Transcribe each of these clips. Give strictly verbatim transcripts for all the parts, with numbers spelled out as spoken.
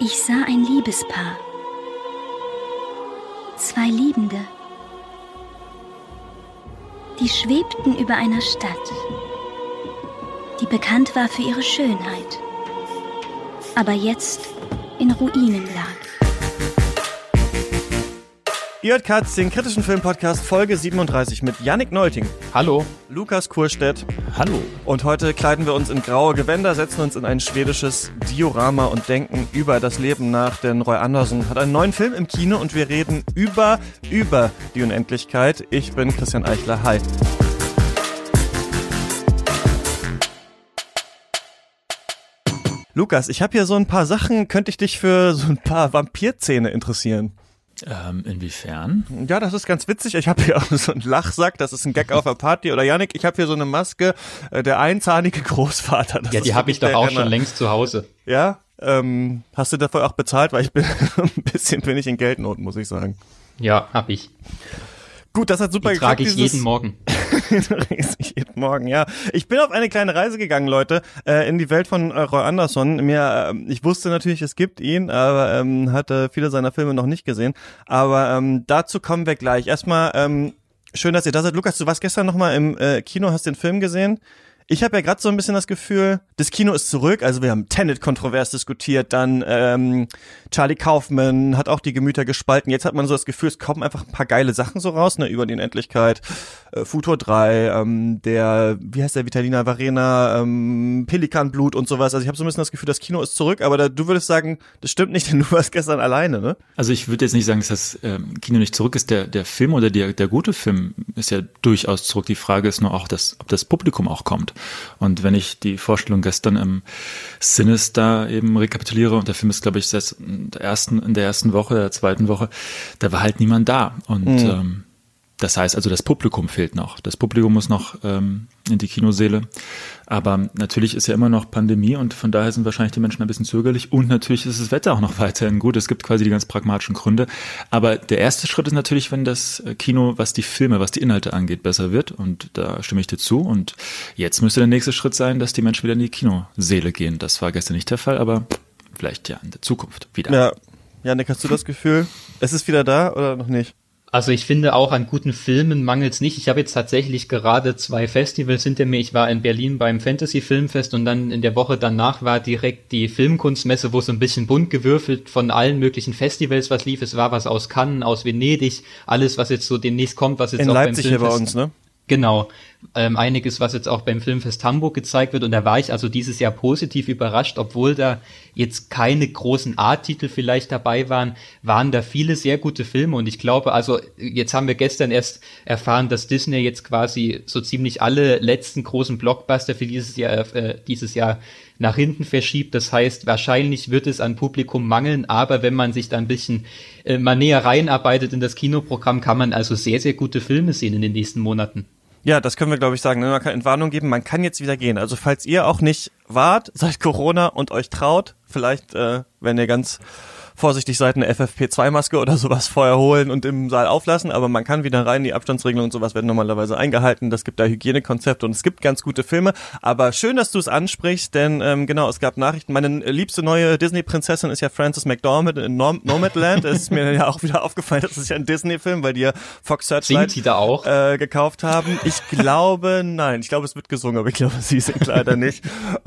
Ich sah ein Liebespaar. Zwei Liebende. Die schwebten über einer Stadt, die bekannt war für ihre Schönheit, aber jetzt in Ruinen lag. Ihr hört Katz, den kritischen Filmpodcast Folge siebenunddreißig mit Yannick Nolting. Hallo. Lukas Kurstedt. Hallo. Und heute kleiden wir uns in graue Gewänder, setzen uns in ein schwedisches Diorama und denken über das Leben nach, denn Roy Andersson hat einen neuen Film im Kino und wir reden über, über die Unendlichkeit. Ich bin Christian Eichler. Hi. Lukas, ich habe hier so ein paar Sachen, könnte ich dich für so ein paar Vampirzähne interessieren? Ähm, inwiefern? Ja, das ist ganz witzig. Ich habe hier auch so einen Lachsack, das ist ein Gag auf der Party. Oder Yannick, ich habe hier so eine Maske, äh, der einzahnige Großvater. Das ja, die habe ich doch auch Renner. Schon längst zu Hause. Ja? Ähm, hast du dafür auch bezahlt? Weil ich bin ein bisschen bin ich in Geldnot, muss ich sagen. Ja, hab ich. Gut, das hat super die geklappt. Trage ich dieses jeden Morgen. jeden Morgen, ja. Ich bin auf eine kleine Reise gegangen, Leute, äh, in die Welt von äh, Roy Andersson. Mir, äh, ich wusste natürlich, es gibt ihn, aber ähm, hatte viele seiner Filme noch nicht gesehen. Aber ähm, dazu kommen wir gleich. Erstmal, ähm, schön, dass ihr da seid. Lukas, du warst gestern nochmal im äh, Kino, hast den Film gesehen. Ich habe ja gerade so ein bisschen das Gefühl, das Kino ist zurück, also wir haben Tenet kontrovers diskutiert, dann ähm, Charlie Kaufman hat auch die Gemüter gespalten, jetzt hat man so das Gefühl, es kommen einfach ein paar geile Sachen so raus, ne, über die Unendlichkeit, äh, Futur drei, ähm, der, wie heißt der, Vitalina Varena, ähm, Pelikanblut und sowas, also ich habe so ein bisschen das Gefühl, das Kino ist zurück, aber da, du würdest sagen, das stimmt nicht, denn du warst gestern alleine, ne? Also ich würde jetzt nicht sagen, dass das ähm, Kino nicht zurück ist, der der Film oder der der gute Film ist ja durchaus zurück, die Frage ist nur auch, dass, ob das Publikum auch kommt. Und wenn ich die Vorstellung gestern im Sinister eben rekapituliere, und der Film ist, glaube ich, seit der ersten, in der ersten Woche, der zweiten Woche, da war halt niemand da. Und mhm. ähm, das heißt also, das Publikum fehlt noch. Das Publikum muss noch ähm, in die Kinosäle. Aber natürlich ist ja immer noch Pandemie und von daher sind wahrscheinlich die Menschen ein bisschen zögerlich. Und natürlich ist das Wetter auch noch weiterhin gut. Es gibt quasi die ganz pragmatischen Gründe. Aber der erste Schritt ist natürlich, wenn das Kino, was die Filme, was die Inhalte angeht, besser wird. Und da stimme ich dir zu. Und jetzt müsste der nächste Schritt sein, dass die Menschen wieder in die Kinosäle gehen. Das war gestern nicht der Fall, aber vielleicht ja in der Zukunft wieder. Ja, Janik, hast du das Gefühl, es ist wieder da oder noch nicht? Also ich finde auch an guten Filmen mangelt's nicht. Ich habe jetzt tatsächlich gerade zwei Festivals hinter mir. Ich war in Berlin beim Fantasy Filmfest und dann in der Woche danach war direkt die Filmkunstmesse, wo so ein bisschen bunt gewürfelt von allen möglichen Festivals was lief. Es war was aus Cannes, aus Venedig, alles was jetzt so demnächst kommt, was jetzt in auch Leipzig beim Filmfest... hier bei uns, ne? Genau, ähm, einiges, was jetzt auch beim Filmfest Hamburg gezeigt wird und da war ich also dieses Jahr positiv überrascht, obwohl da jetzt keine großen A-Titel vielleicht dabei waren, waren da viele sehr gute Filme und ich glaube, also jetzt haben wir gestern erst erfahren, dass Disney jetzt quasi so ziemlich alle letzten großen Blockbuster für dieses Jahr, äh, dieses Jahr nach hinten verschiebt, das heißt, wahrscheinlich wird es an Publikum mangeln, aber wenn man sich da ein bisschen äh, mal näher reinarbeitet in das Kinoprogramm, kann man also sehr, sehr gute Filme sehen in den nächsten Monaten. Ja, das können wir, glaube ich, sagen. Man kann Entwarnung geben, man kann jetzt wieder gehen. Also falls ihr auch nicht wart seit Corona und euch traut, vielleicht, äh, wenn ihr ganz vorsichtig seid, eine F F P zwei Maske oder sowas vorher holen und im Saal auflassen, aber man kann wieder rein, die Abstandsregelungen und sowas werden normalerweise eingehalten, das gibt da Hygienekonzepte und es gibt ganz gute Filme, aber schön, dass du es ansprichst, denn ähm, genau, es gab Nachrichten, meine liebste neue Disney-Prinzessin ist ja Frances McDormand in Nom- Nomadland, es ist mir ja auch wieder aufgefallen, das ist ja ein Disney-Film, weil die ja Fox Searchlight singt die da auch? Äh, gekauft haben. Ich glaube, nein, ich glaube, es wird gesungen, aber ich glaube, sie singt leider nicht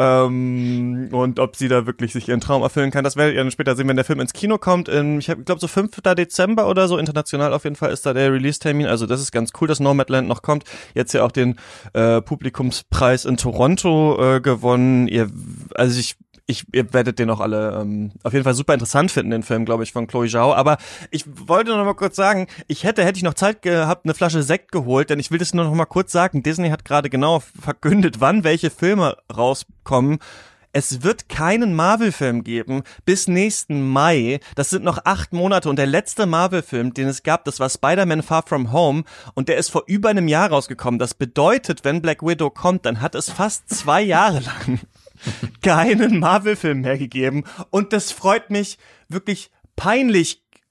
ähm, und ob sie da wirklich sich ihren Traum erfüllen kann, das werdet ihr dann später sehen, wenn der Film ins Kino kommt, in, ich glaube so fünften Dezember oder so, international auf jeden Fall ist da der Release-Termin, also das ist ganz cool, dass Nomadland noch kommt, jetzt ja auch den äh, Publikumspreis in Toronto äh, gewonnen, ihr, also ich Ich, ihr werdet den auch alle ähm, auf jeden Fall super interessant finden, den Film, glaube ich, von Chloe Zhao. Aber ich wollte noch mal kurz sagen, ich hätte, hätte ich noch Zeit gehabt, eine Flasche Sekt geholt, denn ich will das nur noch mal kurz sagen. Disney hat gerade genau verkündet, wann welche Filme rauskommen. Es wird keinen Marvel-Film geben bis nächsten Mai. Das sind noch acht Monate und der letzte Marvel-Film, den es gab, das war Spider-Man Far From Home und der ist vor über einem Jahr rausgekommen. Das bedeutet, wenn Black Widow kommt, dann hat es fast zwei Jahre lang keinen Marvel-Film mehr gegeben und das freut mich wirklich peinlich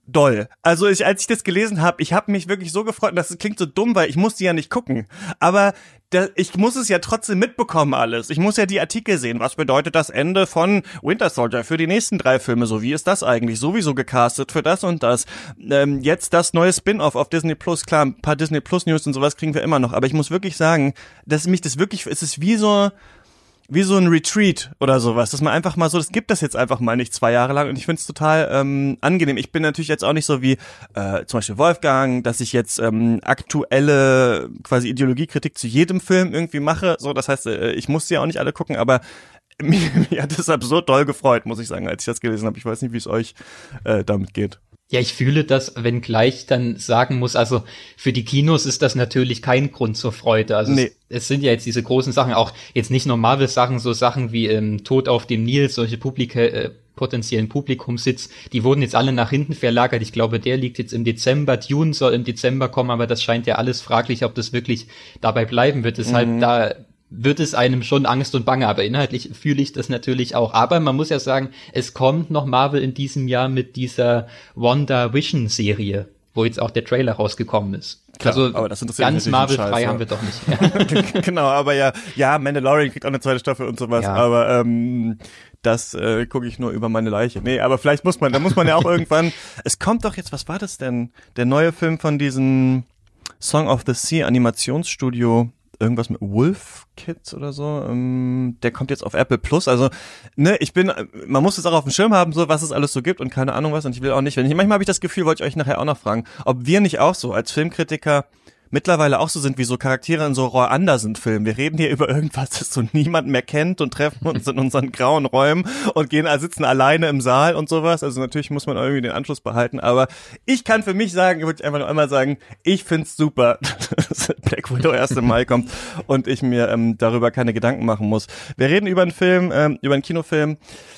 doll. Also ich, als ich das gelesen habe, ich habe mich wirklich so gefreut, und das klingt so dumm, weil ich musste ja nicht gucken, aber da, ich muss es ja trotzdem mitbekommen alles. Ich muss ja die Artikel sehen. Was bedeutet das Ende von Winter Soldier für die nächsten drei Filme? So, wie ist das eigentlich? Sowieso gecastet für das und das. Ähm, jetzt das neue Spin-off auf Disney Plus. Klar, ein paar Disney Plus News und sowas kriegen wir immer noch, aber ich muss wirklich sagen, dass mich das wirklich, es ist wie so wie so ein Retreat oder sowas, dass man einfach mal so, das gibt das jetzt einfach mal nicht zwei Jahre lang und ich finde es total ähm, angenehm. Ich bin natürlich jetzt auch nicht so wie äh, zum Beispiel Wolfgang, dass ich jetzt ähm, aktuelle quasi Ideologiekritik zu jedem Film irgendwie mache, so, das heißt, äh, ich muss sie ja auch nicht alle gucken, aber mir, mir hat es absurd doll gefreut, muss ich sagen, als ich das gelesen habe. Ich weiß nicht, wie es euch äh, damit geht. Ja, ich fühle das, wenn gleich dann sagen muss, also für die Kinos ist das natürlich kein Grund zur Freude. Also nee. es, es sind ja jetzt diese großen Sachen, auch jetzt nicht nur Marvel-Sachen, so Sachen wie ähm, Tod auf dem Nil, solche Publika, äh, potenziellen Publikumssitz, die wurden jetzt alle nach hinten verlagert. Ich glaube, der liegt jetzt im Dezember, Dune soll im Dezember kommen, aber das scheint ja alles fraglich, ob das wirklich dabei bleiben wird. Deshalb mhm. da wird es einem schon Angst und Bange, aber inhaltlich fühle ich das natürlich auch. Aber man muss ja sagen, es kommt noch Marvel in diesem Jahr mit dieser WandaVision-Serie, wo jetzt auch der Trailer rausgekommen ist. Klar, also aber das ganz Marvel-frei ja. haben wir doch nicht. Genau, aber ja, ja, Mandalorian kriegt auch eine zweite Staffel und sowas, ja. aber ähm, das äh, gucke ich nur über meine Leiche. Nee, aber vielleicht muss man, da muss man ja auch irgendwann, es kommt doch jetzt, was war das denn? Der neue Film von diesem Song of the Sea Animationsstudio, irgendwas mit Wolf Kids oder so, ähm, der kommt jetzt auf Apple Plus, also, ne, ich bin, man muss es auch auf dem Schirm haben, so, was es alles so gibt und keine Ahnung was, und ich will auch nicht, wenn ich, manchmal habe ich das Gefühl, wollte ich euch nachher auch noch fragen, ob wir nicht auch so, als Filmkritiker, mittlerweile auch so sind wie so Charaktere in so Roy Anderson-Filmen. Wir reden hier über irgendwas, das so niemand mehr kennt und treffen uns in unseren grauen Räumen und gehen, sitzen alleine im Saal und sowas. Also natürlich muss man irgendwie den Anschluss behalten, aber ich kann für mich sagen, ich würde einfach nur einmal sagen, ich find's super, dass Black Widow erst im Mai kommt und ich mir ähm, darüber keine Gedanken machen muss. Wir reden über einen Film, ähm, über einen Kinofilm,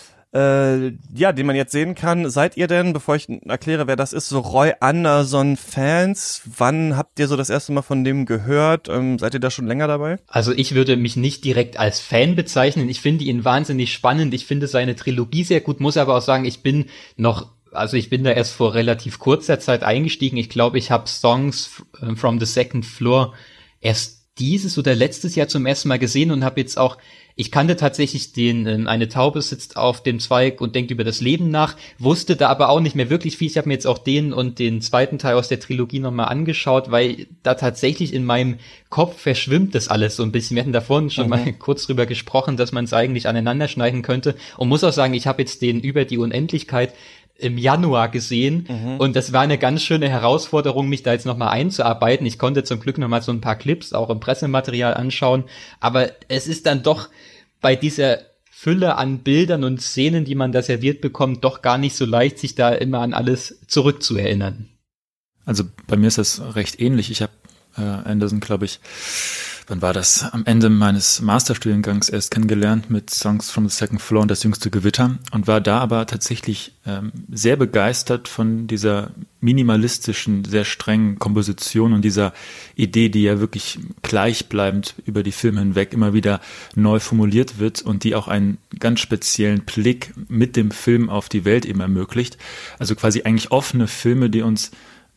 Äh, ja, den man jetzt sehen kann. Seid ihr denn, bevor ich erkläre, wer das ist, so Roy Anderson-Fans? Wann habt ihr so das erste Mal von dem gehört? Ähm, seid ihr da schon länger dabei? Also ich würde mich nicht direkt als Fan bezeichnen. Ich finde ihn wahnsinnig spannend. Ich finde seine Trilogie sehr gut, muss aber auch sagen, ich bin noch Also ich bin da erst vor relativ kurzer Zeit eingestiegen. Ich glaube, ich habe Songs from the Second Floor erst dieses oder letztes Jahr zum ersten Mal gesehen und habe jetzt auch, ich kannte tatsächlich den, eine Taube sitzt auf dem Zweig und denkt über das Leben nach, wusste da aber auch nicht mehr wirklich viel. Ich habe mir jetzt auch den und den zweiten Teil aus der Trilogie nochmal angeschaut, weil da tatsächlich in meinem Kopf verschwimmt das alles so ein bisschen. Wir hatten da vorhin schon mhm. mal kurz drüber gesprochen, dass man es eigentlich aneinander schneiden könnte, und muss auch sagen, ich habe jetzt den Über die Unendlichkeit im Januar gesehen mhm. und das war eine ganz schöne Herausforderung, mich da jetzt nochmal einzuarbeiten. Ich konnte zum Glück nochmal so ein paar Clips auch im Pressematerial anschauen, aber es ist dann doch bei dieser Fülle an Bildern und Szenen, die man da serviert bekommt, doch gar nicht so leicht, sich da immer an alles zurückzuerinnern. Also bei mir ist das recht ähnlich. Ich habe äh, Anderson, glaube ich, wann war das? Am Ende meines Masterstudiengangs erst kennengelernt mit Songs from the Second Floor und Das jüngste Gewitter und war da aber tatsächlich ähm, sehr begeistert von dieser minimalistischen, sehr strengen Komposition und dieser Idee, die ja wirklich gleichbleibend über die Filme hinweg immer wieder neu formuliert wird und die auch einen ganz speziellen Blick mit dem Film auf die Welt eben ermöglicht. Also quasi eigentlich offene Filme, die uns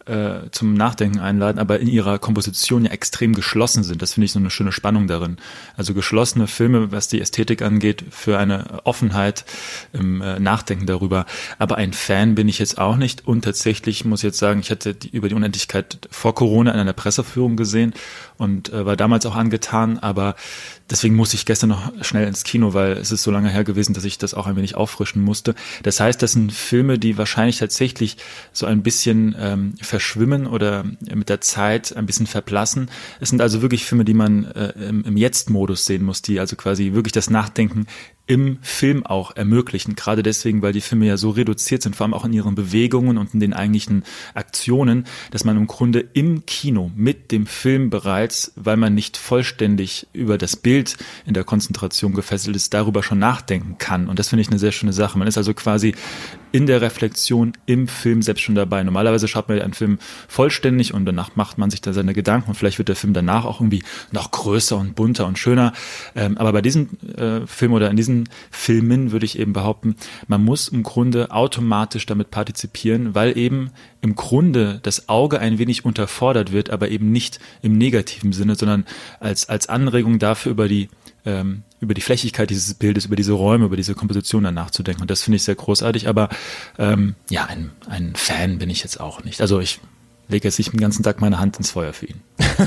zum Nachdenken einladen, aber in ihrer Komposition ja extrem geschlossen sind. Das finde ich so eine schöne Spannung darin. Also geschlossene Filme, was die Ästhetik angeht, für eine Offenheit im Nachdenken darüber. Aber ein Fan bin ich jetzt auch nicht und tatsächlich muss ich jetzt sagen, ich hatte die, über die Unendlichkeit vor Corona in einer Presseführung gesehen und äh, war damals auch angetan, aber deswegen musste ich gestern noch schnell ins Kino, weil es ist so lange her gewesen, dass ich das auch ein wenig auffrischen musste. Das heißt, das sind Filme, die wahrscheinlich tatsächlich so ein bisschen ähm, verschwimmen oder mit der Zeit ein bisschen verblassen. Es sind also wirklich Filme, die man äh, im, im Jetzt-Modus sehen muss, die also quasi wirklich das Nachdenken im Film auch ermöglichen. Gerade deswegen, weil die Filme ja so reduziert sind, vor allem auch in ihren Bewegungen und in den eigentlichen Aktionen, dass man im Grunde im Kino mit dem Film bereits, weil man nicht vollständig über das Bild in der Konzentration gefesselt ist, darüber schon nachdenken kann. Und das finde ich eine sehr schöne Sache. Man ist also quasi in der Reflexion im Film selbst schon dabei. Normalerweise schaut man einen Film vollständig und danach macht man sich da seine Gedanken und vielleicht wird der Film danach auch irgendwie noch größer und bunter und schöner. Ähm, aber bei diesem äh, Film oder in diesem diesen Filmen, würde ich eben behaupten, man muss im Grunde automatisch damit partizipieren, weil eben im Grunde das Auge ein wenig unterfordert wird, aber eben nicht im negativen Sinne, sondern als, als Anregung dafür, über die ähm, über die Flächigkeit dieses Bildes, über diese Räume, über diese Komposition dann nachzudenken. Und das finde ich sehr großartig, aber ähm, ja, ein, ein Fan bin ich jetzt auch nicht. Also ich lege jetzt nicht den ganzen Tag meine Hand ins Feuer für ihn.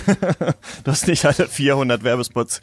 Du hast nicht alle vierhundert Werbespots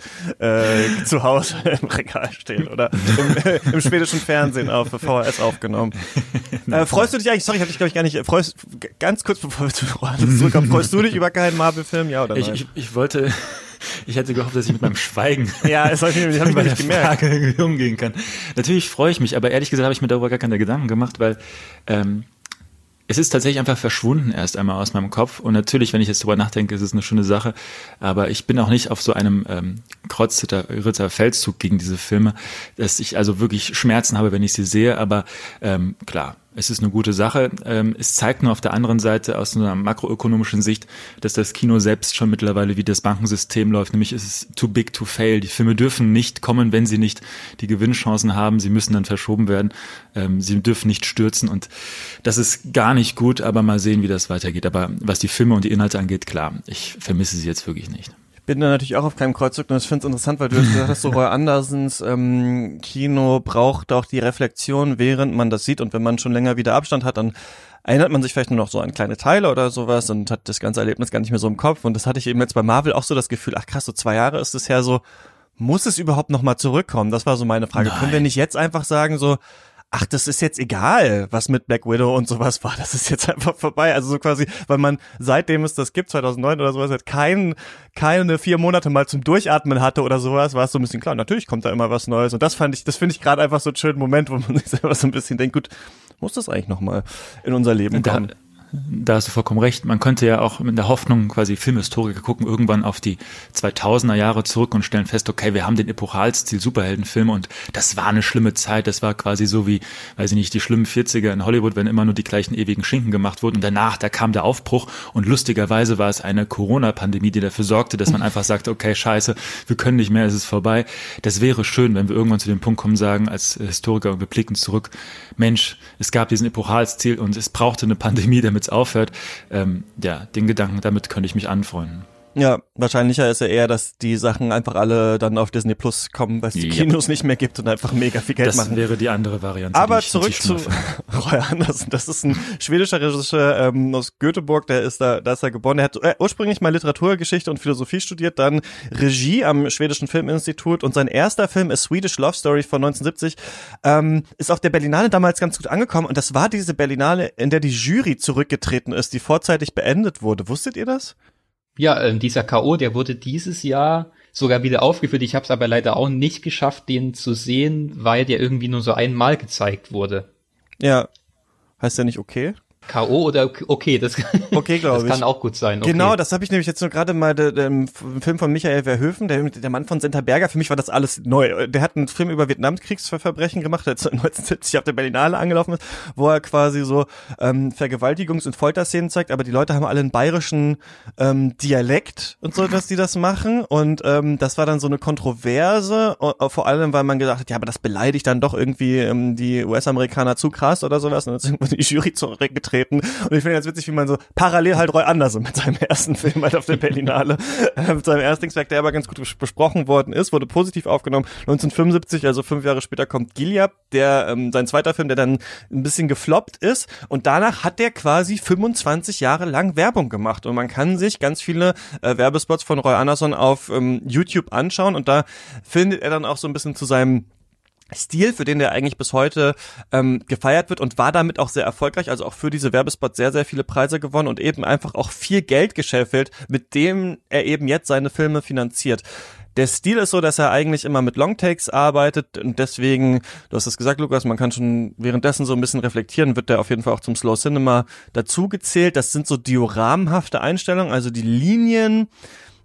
äh, zu Hause im Regal stehen oder im, äh, im schwedischen Fernsehen auf V H S aufgenommen. Äh, freust du dich eigentlich, sorry, ich habe dich glaube ich gar nicht, freust, ganz kurz bevor wir zu zurückkommen, freust du dich über keinen Marvel-Film, ja oder nein? Ich, ich, ich wollte... Ich hätte gehofft, dass ich mit meinem Schweigen ja, das habe ich, hab ich bei nicht der gemerkt. Frage umgehen kann. Natürlich freue ich mich, aber ehrlich gesagt habe ich mir darüber gar keine Gedanken gemacht, weil ähm, es ist tatsächlich einfach verschwunden erst einmal aus meinem Kopf. Und natürlich, wenn ich jetzt drüber nachdenke, ist es eine schöne Sache. Aber ich bin auch nicht auf so einem ähm, Kreuzritter-Feldzug gegen diese Filme, dass ich also wirklich Schmerzen habe, wenn ich sie sehe. Aber ähm, klar, es ist eine gute Sache. Ähm, es zeigt nur auf der anderen Seite aus einer makroökonomischen Sicht, dass das Kino selbst schon mittlerweile wie das Bankensystem läuft. Nämlich ist es too big to fail. Die Filme dürfen nicht kommen, wenn sie nicht die Gewinnchancen haben. Sie müssen dann verschoben werden. Ähm, sie dürfen nicht stürzen. Und das ist gar nicht gut, aber mal sehen, wie das weitergeht. Aber was die Filme und die Inhalte angeht, klar, ich vermisse sie jetzt wirklich nicht. Bin da natürlich auch auf keinem Kreuzzug und ich finde es interessant, weil du jetzt gesagt hast, so Roy Andersons ähm, Kino braucht auch die Reflexion, während man das sieht, und wenn man schon länger wieder Abstand hat, dann erinnert man sich vielleicht nur noch so an kleine Teile oder sowas und hat das ganze Erlebnis gar nicht mehr so im Kopf, und das hatte ich eben jetzt bei Marvel auch so das Gefühl, ach krass, so zwei Jahre ist es her, so muss es überhaupt nochmal zurückkommen? Das war so meine Frage. Nein. Können wir nicht jetzt einfach sagen so, ach, das ist jetzt egal, was mit Black Widow und sowas war, das ist jetzt einfach vorbei, also so quasi, weil man, seitdem es das gibt, zweitausendneun oder sowas, halt kein, keine vier Monate mal zum Durchatmen hatte oder sowas, war es so ein bisschen klar, natürlich kommt da immer was Neues, und das fand ich, das finde ich gerade einfach so einen schönen Moment, wo man sich selber so ein bisschen denkt, gut, muss das eigentlich nochmal in unser Leben kommen? Da, da hast du vollkommen recht. Man könnte ja auch mit der Hoffnung, quasi Filmhistoriker gucken irgendwann auf die zweitausender Jahre zurück und stellen fest, okay, wir haben den Epochalstil Superheldenfilme und das war eine schlimme Zeit. Das war quasi so wie, weiß ich nicht, die schlimmen vierziger in Hollywood, wenn immer nur die gleichen ewigen Schinken gemacht wurden. Und danach, da kam der Aufbruch, und lustigerweise war es eine Corona-Pandemie, die dafür sorgte, dass man einfach sagte, okay, scheiße, wir können nicht mehr, es ist vorbei. Das wäre schön, wenn wir irgendwann zu dem Punkt kommen, sagen als Historiker, und wir blicken zurück, Mensch, es gab diesen Epochalstil und es brauchte eine Pandemie, damit es aufhört. Ähm, ja, den Gedanken, damit könnte ich mich anfreunden. Ja, wahrscheinlicher ist ja eher, dass die Sachen einfach alle dann auf Disney Plus kommen, weil es die Yep. Kinos nicht mehr gibt und einfach mega viel Geld das machen. Das wäre die andere Variante. Aber die zurück zu Roy Andersson. Das ist ein schwedischer Regisseur ähm, aus Göteborg, der ist da, da ist er geboren. Der hat äh, ursprünglich mal Literaturgeschichte und Philosophie studiert, dann Regie am Schwedischen Filminstitut, und sein erster Film, A Swedish Love Story von neunzehnhundertsiebzig, ähm, ist auf der Berlinale damals ganz gut angekommen, und das war diese Berlinale, in der die Jury zurückgetreten ist, die vorzeitig beendet wurde. Wusstet ihr das? Ja, ähm, dieser K O, der wurde dieses Jahr sogar wieder aufgeführt. Ich habe es aber leider auch nicht geschafft, den zu sehen, weil der irgendwie nur so einmal gezeigt wurde. Ja. Heißt der nicht okay? K O oder okay, das, okay, glaube ich. Das kann auch gut sein. Okay. Genau, das habe ich nämlich jetzt nur gerade mal de, de, im Film von Michael Verhoeven, der, der Mann von Senta Berger. Für mich war das alles neu. Der hat einen Film über Vietnamkriegsverbrechen gemacht, der neunzehnhundertsiebzig auf der Berlinale angelaufen ist, wo er quasi so ähm, Vergewaltigungs- und Folterszenen zeigt, aber die Leute haben alle einen bayerischen ähm, Dialekt und so, dass die das machen, und ähm, das war dann so eine Kontroverse, vor allem, weil man gedacht hat, ja, aber das beleidigt dann doch irgendwie ähm, die U S-Amerikaner zu krass oder sowas, und dann ist irgendwann die Jury zurückgetreten. Und ich finde ganz witzig, wie man so parallel halt Roy Andersson mit seinem ersten Film halt auf der Berlinale, äh, mit seinem Erstlingswerk, der aber ganz gut besprochen worden ist, wurde positiv aufgenommen. neunzehnhundertfünfundsiebzig, also fünf Jahre später, kommt Gilead, der ähm, sein zweiter Film, der dann ein bisschen gefloppt ist, und danach hat der quasi fünfundzwanzig Jahre lang Werbung gemacht, und man kann sich ganz viele äh, Werbespots von Roy Andersson auf ähm, YouTube anschauen, und da findet er dann auch so ein bisschen zu seinem Stil, für den der eigentlich bis heute ähm, gefeiert wird, und war damit auch sehr erfolgreich, also auch für diese Werbespots sehr, sehr viele Preise gewonnen und eben einfach auch viel Geld gescheffelt, mit dem er eben jetzt seine Filme finanziert. Der Stil ist so, dass er eigentlich immer mit Longtakes arbeitet, und deswegen, du hast es gesagt, Lukas, man kann schon währenddessen so ein bisschen reflektieren, wird der auf jeden Fall auch zum Slow Cinema dazu gezählt. Das sind so dioramenhafte Einstellungen, also die Linien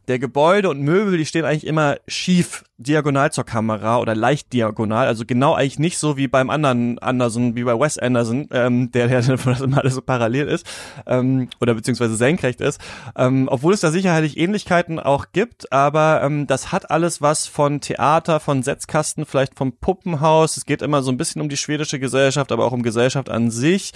der Gebäude und Möbel, die stehen eigentlich immer schief, diagonal zur Kamera oder leicht diagonal, also genau eigentlich nicht so wie beim anderen Anderson, wie bei Wes Anderson, ähm, der ja das immer alles so parallel ist, ähm, oder beziehungsweise senkrecht ist, ähm, obwohl es da sicherlich Ähnlichkeiten auch gibt, aber ähm, das hat alles was von Theater, von Setzkasten, vielleicht vom Puppenhaus, es geht immer so ein bisschen um die schwedische Gesellschaft, aber auch um Gesellschaft an sich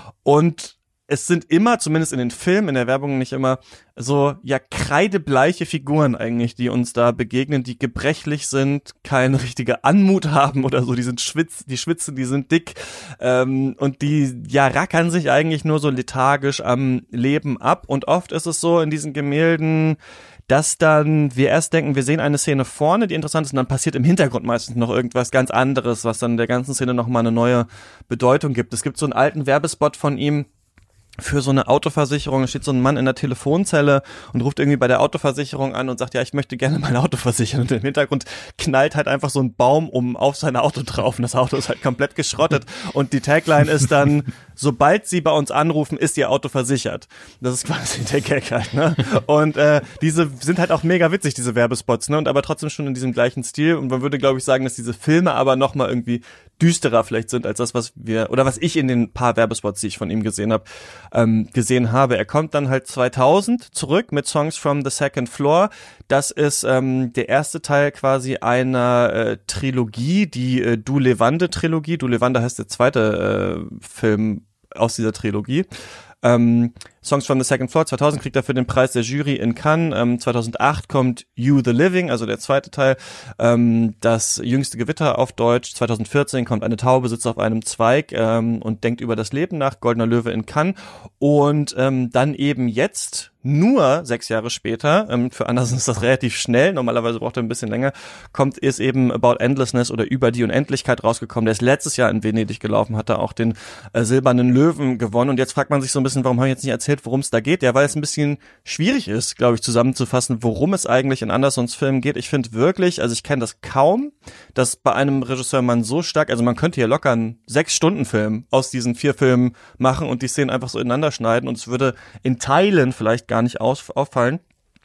und es sind immer, zumindest in den Filmen, in der Werbung nicht immer, so, ja, kreidebleiche Figuren eigentlich, die uns da begegnen, die gebrechlich sind, keine richtige Anmut haben oder so, die sind schwitz, die schwitzen, die sind dick, ähm, und die, ja, rackern sich eigentlich nur so lethargisch am Leben ab und oft ist es so in diesen Gemälden, dass dann wir erst denken, wir sehen eine Szene vorne, die interessant ist, und dann passiert im Hintergrund meistens noch irgendwas ganz anderes, was dann der ganzen Szene nochmal eine neue Bedeutung gibt. Es gibt so einen alten Werbespot von ihm, für so eine Autoversicherung, da steht so ein Mann in der Telefonzelle und ruft irgendwie bei der Autoversicherung an und sagt, ja, ich möchte gerne mein Auto versichern. Und im Hintergrund knallt halt einfach so ein Baum um auf sein Auto drauf und das Auto ist halt komplett geschrottet. Und die Tagline ist dann, sobald Sie bei uns anrufen, ist Ihr Auto versichert. Das ist quasi der Gag halt, ne? Und äh, diese sind halt auch mega witzig, diese Werbespots, ne? Und aber trotzdem schon in diesem gleichen Stil. Und man würde, glaube ich, sagen, dass diese Filme aber nochmal irgendwie düsterer vielleicht sind als das, was wir, oder was ich in den paar Werbespots, die ich von ihm gesehen habe, ähm, gesehen habe. Er kommt dann halt zweitausend zurück mit Songs from the Second Floor. Das ist ähm, der erste Teil quasi einer äh, Trilogie, die äh, Du Levande Trilogie. Du Levande heißt der zweite äh, Film aus dieser Trilogie. Ähm, Songs from the Second Floor, zweitausend kriegt er für den Preis der Jury in Cannes, ähm, zweitausendacht kommt You the Living, also der zweite Teil, ähm, das jüngste Gewitter auf Deutsch, zweitausendvierzehn kommt Eine Taube sitzt auf einem Zweig ähm, und denkt über das Leben nach, Goldener Löwe in Cannes und ähm, dann eben jetzt, nur sechs Jahre später, ähm, für Anderson ist das relativ schnell, normalerweise braucht er ein bisschen länger, kommt ist eben About Endlessness oder Über die Unendlichkeit rausgekommen, der ist letztes Jahr in Venedig gelaufen, hat da auch den äh, Silbernen Löwen gewonnen und jetzt fragt man sich so ein bisschen, warum habe ich jetzt nicht erzählt, worum es da geht? Ja, weil es ein bisschen schwierig ist, glaube ich, zusammenzufassen, worum es eigentlich in Andersons Filmen geht. Ich finde wirklich, also ich kenne das kaum, dass bei einem Regisseur man so stark, also man könnte hier locker einen Sechs-Stunden-Film aus diesen vier Filmen machen und die Szenen einfach so ineinander schneiden und es würde in Teilen vielleicht gar nicht aus, auffallen.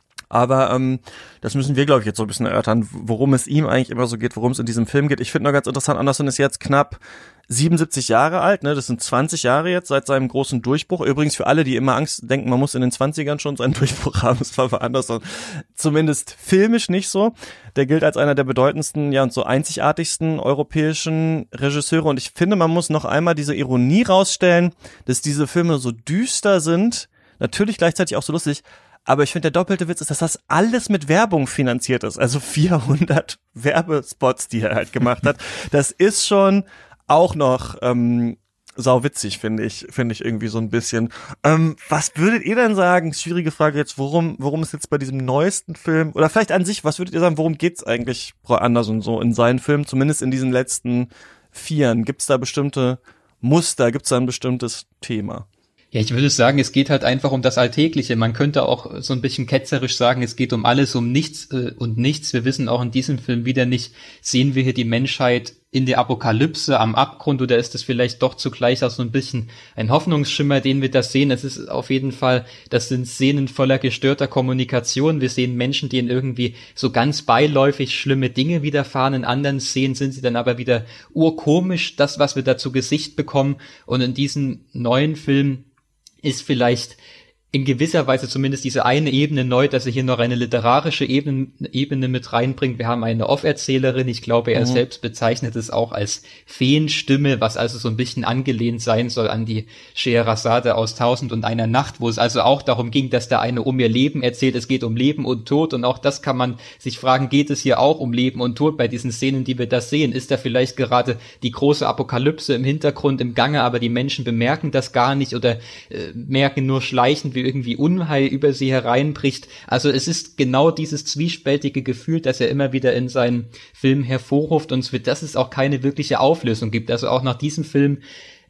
Aber ähm, das müssen wir, glaube ich, jetzt so ein bisschen erörtern, worum es ihm eigentlich immer so geht, worum es in diesem Film geht. Ich finde nur ganz interessant, Anderson ist jetzt knapp siebenundsiebzig Jahre alt, ne? Das sind zwanzig Jahre jetzt seit seinem großen Durchbruch. Übrigens für alle, die immer Angst denken, man muss in den zwanzigern schon seinen Durchbruch haben, das war bei Anderson zumindest filmisch nicht so. Der gilt als einer der bedeutendsten, ja und so einzigartigsten europäischen Regisseure und ich finde, man muss noch einmal diese Ironie rausstellen, dass diese Filme so düster sind, natürlich gleichzeitig auch so lustig, aber ich finde, der doppelte Witz ist, dass das alles mit Werbung finanziert ist. Also vierhundert Werbespots, die er halt gemacht hat. Das ist schon auch noch ähm, sauwitzig, finde ich, finde ich irgendwie so ein bisschen. Ähm, was würdet ihr denn sagen? Schwierige Frage jetzt, worum, worum es jetzt bei diesem neuesten Film, oder vielleicht an sich, was würdet ihr sagen, worum geht's eigentlich Frau Anderson so in seinen Filmen, zumindest in diesen letzten Vieren? Gibt's da bestimmte Muster? Gibt's da ein bestimmtes Thema? Ja, ich würde sagen, es geht halt einfach um das Alltägliche. Man könnte auch so ein bisschen ketzerisch sagen, es geht um alles, um nichts äh, und nichts. Wir wissen auch in diesem Film wieder nicht, sehen wir hier die Menschheit in der Apokalypse, am Abgrund, oder ist es vielleicht doch zugleich auch so ein bisschen ein Hoffnungsschimmer, den wir da sehen? Es ist auf jeden Fall, das sind Szenen voller gestörter Kommunikation. Wir sehen Menschen, denen irgendwie so ganz beiläufig schlimme Dinge widerfahren. In anderen Szenen sind sie dann aber wieder urkomisch, das, was wir da zu Gesicht bekommen. Und in diesem neuen Film ist vielleicht in gewisser Weise zumindest diese eine Ebene neu, dass er hier noch eine literarische Ebene, Ebene mit reinbringt. Wir haben eine Off-Erzählerin, ich glaube, er mhm. selbst bezeichnet es auch als Feenstimme, was also so ein bisschen angelehnt sein soll an die Scheherazade aus Tausend und einer Nacht, wo es also auch darum ging, dass der eine um ihr Leben erzählt, es geht um Leben und Tod, und auch das kann man sich fragen, geht es hier auch um Leben und Tod bei diesen Szenen, die wir da sehen? Ist da vielleicht gerade die große Apokalypse im Hintergrund im Gange, aber die Menschen bemerken das gar nicht oder äh, merken nur schleichend, wie irgendwie Unheil über sie hereinbricht. Also es ist genau dieses zwiespältige Gefühl, das er immer wieder in seinen Filmen hervorruft, und für das es auch keine wirkliche Auflösung gibt. Also auch nach diesem Film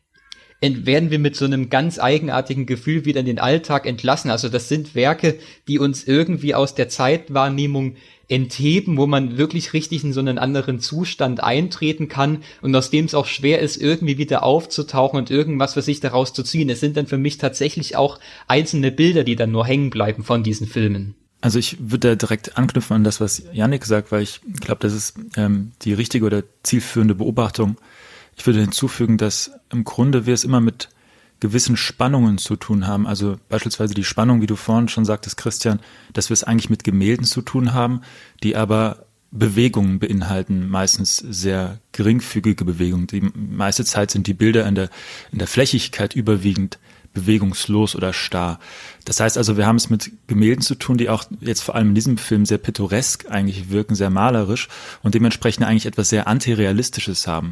werden wir mit so einem ganz eigenartigen Gefühl wieder in den Alltag entlassen. Also das sind Werke, die uns irgendwie aus der Zeitwahrnehmung entheben, wo man wirklich richtig in so einen anderen Zustand eintreten kann und aus dem es auch schwer ist, irgendwie wieder aufzutauchen und irgendwas für sich daraus zu ziehen. Es sind dann für mich tatsächlich auch einzelne Bilder, die dann nur hängen bleiben von diesen Filmen. Also ich würde da direkt anknüpfen an das, was Yannick sagt, weil ich glaube, das ist ähm, die richtige oder zielführende Beobachtung. Ich würde hinzufügen, dass im Grunde wir es immer mit gewissen Spannungen zu tun haben. Also beispielsweise die Spannung, wie du vorhin schon sagtest, Christian, dass wir es eigentlich mit Gemälden zu tun haben, die aber Bewegungen beinhalten, meistens sehr geringfügige Bewegungen. Die meiste Zeit sind die Bilder in der, in der Flächigkeit überwiegend bewegungslos oder starr. Das heißt also, wir haben es mit Gemälden zu tun, die auch jetzt vor allem in diesem Film sehr pittoresk eigentlich wirken, sehr malerisch und dementsprechend eigentlich etwas sehr Antirealistisches haben.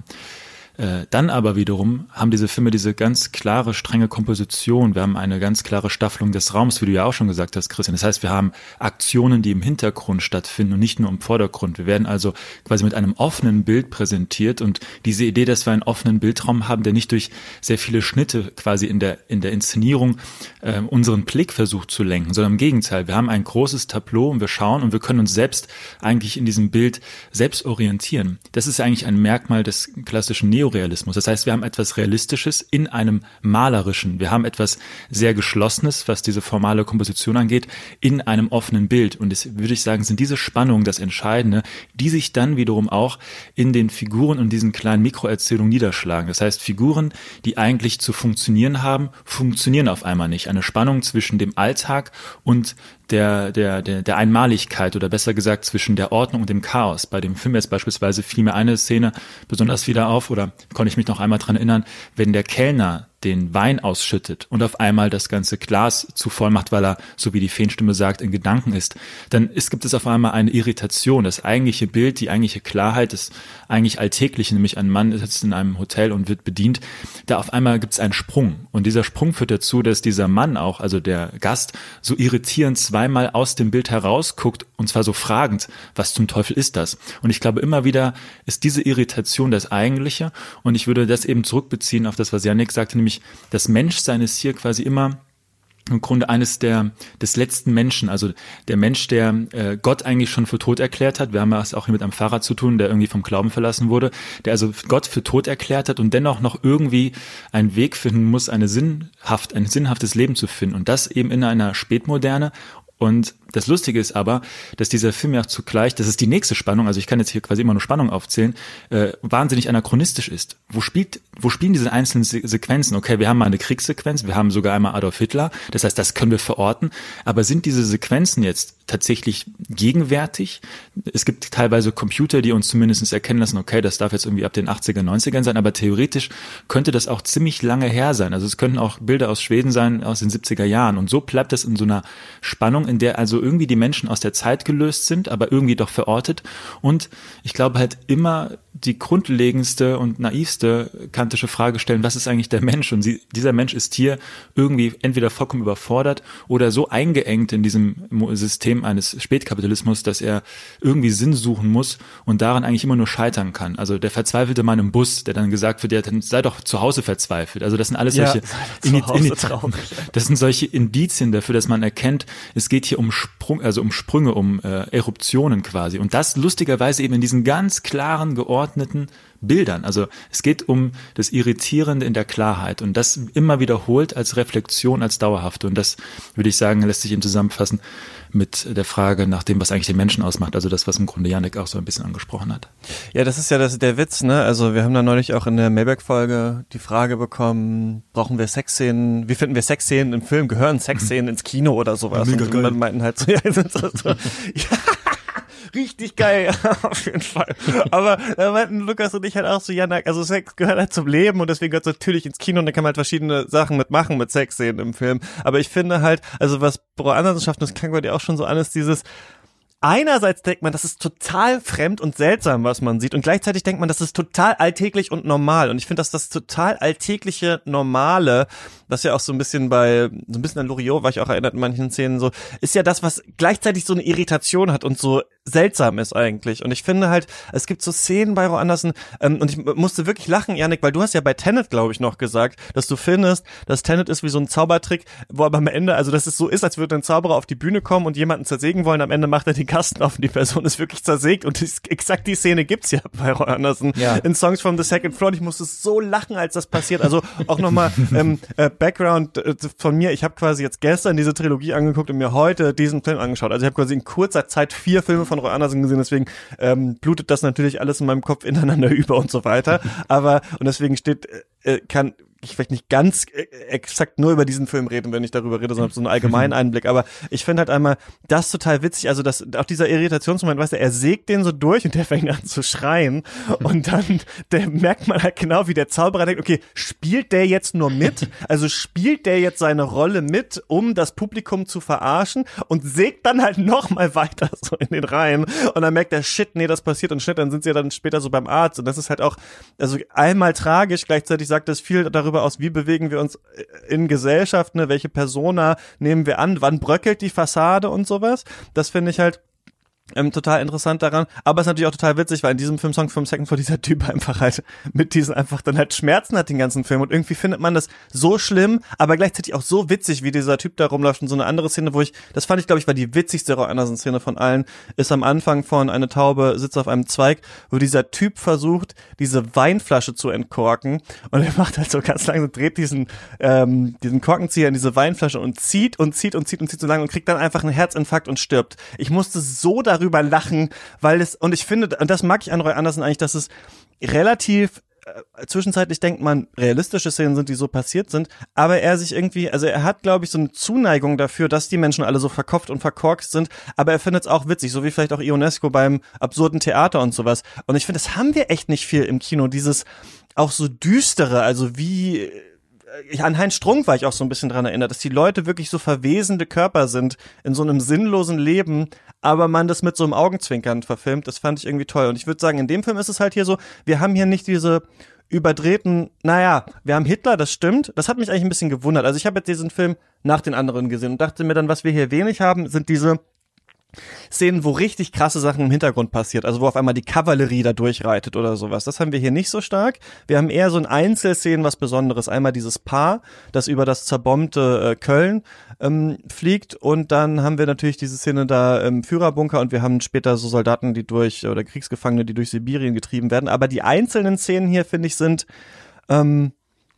Äh, dann aber wiederum haben diese Filme diese ganz klare, strenge Komposition. Wir haben eine ganz klare Staffelung des Raums, wie du ja auch schon gesagt hast, Christian. Das heißt, wir haben Aktionen, die im Hintergrund stattfinden und nicht nur im Vordergrund. Wir werden also quasi mit einem offenen Bild präsentiert und diese Idee, dass wir einen offenen Bildraum haben, der nicht durch sehr viele Schnitte quasi in der, in der Inszenierung äh, unseren Blick versucht zu lenken, sondern im Gegenteil. Wir haben ein großes Tableau und wir schauen und wir können uns selbst eigentlich in diesem Bild selbst orientieren. Das ist eigentlich ein Merkmal des klassischen Neo Realismus. Das heißt, wir haben etwas Realistisches in einem Malerischen. Wir haben etwas sehr Geschlossenes, was diese formale Komposition angeht, in einem offenen Bild. Und das würde ich sagen, sind diese Spannungen das Entscheidende, die sich dann wiederum auch in den Figuren und diesen kleinen Mikroerzählungen niederschlagen. Das heißt, Figuren, die eigentlich zu funktionieren haben, funktionieren auf einmal nicht. Eine Spannung zwischen dem Alltag und der, der, der, der Einmaligkeit oder besser gesagt zwischen der Ordnung und dem Chaos. Bei dem Film jetzt beispielsweise fiel mir eine Szene besonders wieder auf oder konnte ich mich noch einmal dran erinnern, wenn der Kellner den Wein ausschüttet und auf einmal das ganze Glas zu voll macht, weil er, so wie die Feenstimme sagt, in Gedanken ist, dann ist, gibt es auf einmal eine Irritation. Das eigentliche Bild, die eigentliche Klarheit, das eigentlich Alltägliche, nämlich ein Mann sitzt in einem Hotel und wird bedient, da auf einmal gibt es einen Sprung. Und dieser Sprung führt dazu, dass dieser Mann auch, also der Gast, so irritierend zweimal aus dem Bild herausguckt und zwar so fragend, was zum Teufel ist das? Und ich glaube, immer wieder ist diese Irritation das Eigentliche und ich würde das eben zurückbeziehen auf das, was Yannick sagte, nämlich das Menschsein ist hier quasi immer im Grunde eines der des letzten Menschen, also der Mensch, der äh, Gott eigentlich schon für tot erklärt hat. Wir haben es auch hier mit einem Pfarrer zu tun, der irgendwie vom Glauben verlassen wurde, der also Gott für tot erklärt hat und dennoch noch irgendwie einen Weg finden muss, eine sinnhaft, ein sinnhaftes Leben zu finden. Und das eben in einer Spätmoderne. Und das Lustige ist aber, dass dieser Film ja zugleich, das ist die nächste Spannung, also ich kann jetzt hier quasi immer nur Spannung aufzählen, äh, wahnsinnig anachronistisch ist. Wo spielt, wo spielen diese einzelnen Se- Sequenzen? Okay, wir haben mal eine Kriegssequenz, wir haben sogar einmal Adolf Hitler, das heißt, das können wir verorten, aber sind diese Sequenzen jetzt tatsächlich gegenwärtig? Es gibt teilweise Computer, die uns zumindest erkennen lassen, okay, das darf jetzt irgendwie ab den achtziger, neunzigern sein, aber theoretisch könnte das auch ziemlich lange her sein. Also es könnten auch Bilder aus Schweden sein, aus den siebziger Jahren und so bleibt es in so einer Spannung, in der also irgendwie die Menschen aus der Zeit gelöst sind, aber irgendwie doch verortet und ich glaube halt immer die grundlegendste und naivste kantische Frage stellen, was ist eigentlich der Mensch? Und sie, dieser Mensch ist hier irgendwie entweder vollkommen überfordert oder so eingeengt in diesem System eines Spätkapitalismus, dass er irgendwie Sinn suchen muss und daran eigentlich immer nur scheitern kann. Also der verzweifelte Mann im Bus, der dann gesagt wird, ja, dann sei doch zu Hause verzweifelt. Also das sind alles solche, ja, Indi- Indi- das sind solche Indizien dafür, dass man erkennt, es geht hier um Sprung, also um Sprünge, um äh, Eruptionen quasi. Und das lustigerweise eben in diesen ganz klaren, geordneten Bildern. Also es geht um das Irritierende in der Klarheit und das immer wiederholt als Reflexion, als dauerhafte. Und das, würde ich sagen, lässt sich eben zusammenfassen mit der Frage nach dem, was eigentlich den Menschen ausmacht. Also das, was im Grunde Yannick auch so ein bisschen angesprochen hat. Ja, das ist ja das, der Witz, ne? Also wir haben da neulich auch in der Mailback-Folge die Frage bekommen, brauchen wir Sexszenen, wie finden wir Sexszenen im Film? Gehören Sexszenen ins Kino oder sowas? Mega und geil. man meinten halt so, ja, so, so, ja. Richtig geil, auf jeden Fall. Aber da meinten Lukas und ich halt auch so, ja, also Sex gehört halt zum Leben und deswegen gehört es natürlich ins Kino und da kann man halt verschiedene Sachen mitmachen mit Sexszenen im Film. Aber ich finde halt, also was Bro Anderson schafft, das klang bei dir auch schon so an, ist dieses, einerseits denkt man, das ist total fremd und seltsam, was man sieht und gleichzeitig denkt man, das ist total alltäglich und normal und ich finde, dass das total alltägliche Normale, was ja auch so ein bisschen bei, so ein bisschen an Loriot war ich auch erinnert in manchen Szenen so, ist ja das, was gleichzeitig so eine Irritation hat und so seltsam ist eigentlich und ich finde halt, es gibt so Szenen bei Ro Anderson ähm, und ich musste wirklich lachen, Yannick, weil du hast ja bei Tenet, glaube ich, noch gesagt, dass du findest, dass Tenet ist wie so ein Zaubertrick, wo aber am Ende, also dass es so ist, als würde ein Zauberer auf die Bühne kommen und jemanden zersägen wollen, am Ende macht er den Kasten auf und die Person ist wirklich zersägt und das, exakt die Szene gibt's ja bei Roy Anderson ja. in Songs from the Second Floor. Ich musste so lachen, als das passiert. Also auch nochmal ähm, äh, Background äh, von mir. Ich habe quasi jetzt gestern diese Trilogie angeguckt und mir heute diesen Film angeschaut. Also ich habe quasi in kurzer Zeit vier Filme von Roy Anderson gesehen, deswegen ähm, blutet das natürlich alles in meinem Kopf ineinander über und so weiter. Aber, und deswegen steht, äh, kann ich vielleicht nicht ganz äh, exakt nur über diesen Film reden, wenn ich darüber rede, sondern so einen allgemeinen Einblick. Aber ich finde halt einmal das total witzig, also das, auch dieser Irritationsmoment, weißt du, er sägt den so durch und der fängt an zu schreien und dann der merkt man halt genau, wie der Zauberer denkt, okay, spielt der jetzt nur mit? Also spielt der jetzt seine Rolle mit, um das Publikum zu verarschen und sägt dann halt noch mal weiter so in den Reihen und dann merkt er, shit, nee, das passiert und shit, dann sind sie ja dann später so beim Arzt und das ist halt auch, also einmal tragisch, gleichzeitig sagt das viel darüber aus, wie bewegen wir uns in Gesellschaft, ne, welche Persona nehmen wir an, wann bröckelt die Fassade und sowas. Das finde ich halt Ähm, total interessant daran, aber es ist natürlich auch total witzig, weil in diesem Film Song from Second Floor dieser Typ einfach halt mit diesen einfach dann halt Schmerzen hat den ganzen Film und irgendwie findet man das so schlimm, aber gleichzeitig auch so witzig, wie dieser Typ da rumläuft und so eine andere Szene, wo ich, das fand ich glaube ich war die witzigste Roy Anderson Szene von allen, ist am Anfang von Eine Taube sitzt auf einem Zweig, wo dieser Typ versucht, diese Weinflasche zu entkorken und er macht halt so ganz langsam, dreht diesen ähm, diesen Korkenzieher in diese Weinflasche und zieht und zieht und zieht und zieht so lange und kriegt dann einfach einen Herzinfarkt und stirbt. Ich musste so da darüber lachen, weil es, und ich finde, und das mag ich an Roy Anderson eigentlich, dass es relativ äh, zwischenzeitlich denkt man, realistische Szenen sind, die so passiert sind, aber er sich irgendwie, also er hat, glaube ich, so eine Zuneigung dafür, dass die Menschen alle so verkopft und verkorkst sind, aber er findet es auch witzig, so wie vielleicht auch Ionesco beim absurden Theater und sowas. Und ich finde, das haben wir echt nicht viel im Kino, dieses auch so düstere, also wie Ich, an Heinz Strunk war ich auch so ein bisschen dran erinnert, dass die Leute wirklich so verwesende Körper sind in so einem sinnlosen Leben, aber man das mit so einem Augenzwinkern verfilmt. Das fand ich irgendwie toll. Und ich würde sagen, in dem Film ist es halt hier so, wir haben hier nicht diese überdrehten, naja, wir haben Hitler, das stimmt. Das hat mich eigentlich ein bisschen gewundert. Also ich habe jetzt diesen Film nach den anderen gesehen und dachte mir dann, was wir hier wenig haben, sind diese Szenen, wo richtig krasse Sachen im Hintergrund passiert, also wo auf einmal die Kavallerie da durchreitet oder sowas. Das haben wir hier nicht so stark. Wir haben eher so ein Einzelszenen, was Besonderes. Einmal dieses Paar, das über das zerbombte äh, Köln ähm, fliegt und dann haben wir natürlich diese Szene da im Führerbunker und wir haben später so Soldaten, die durch, oder Kriegsgefangene, die durch Sibirien getrieben werden. Aber die einzelnen Szenen hier, finde ich, sind ähm,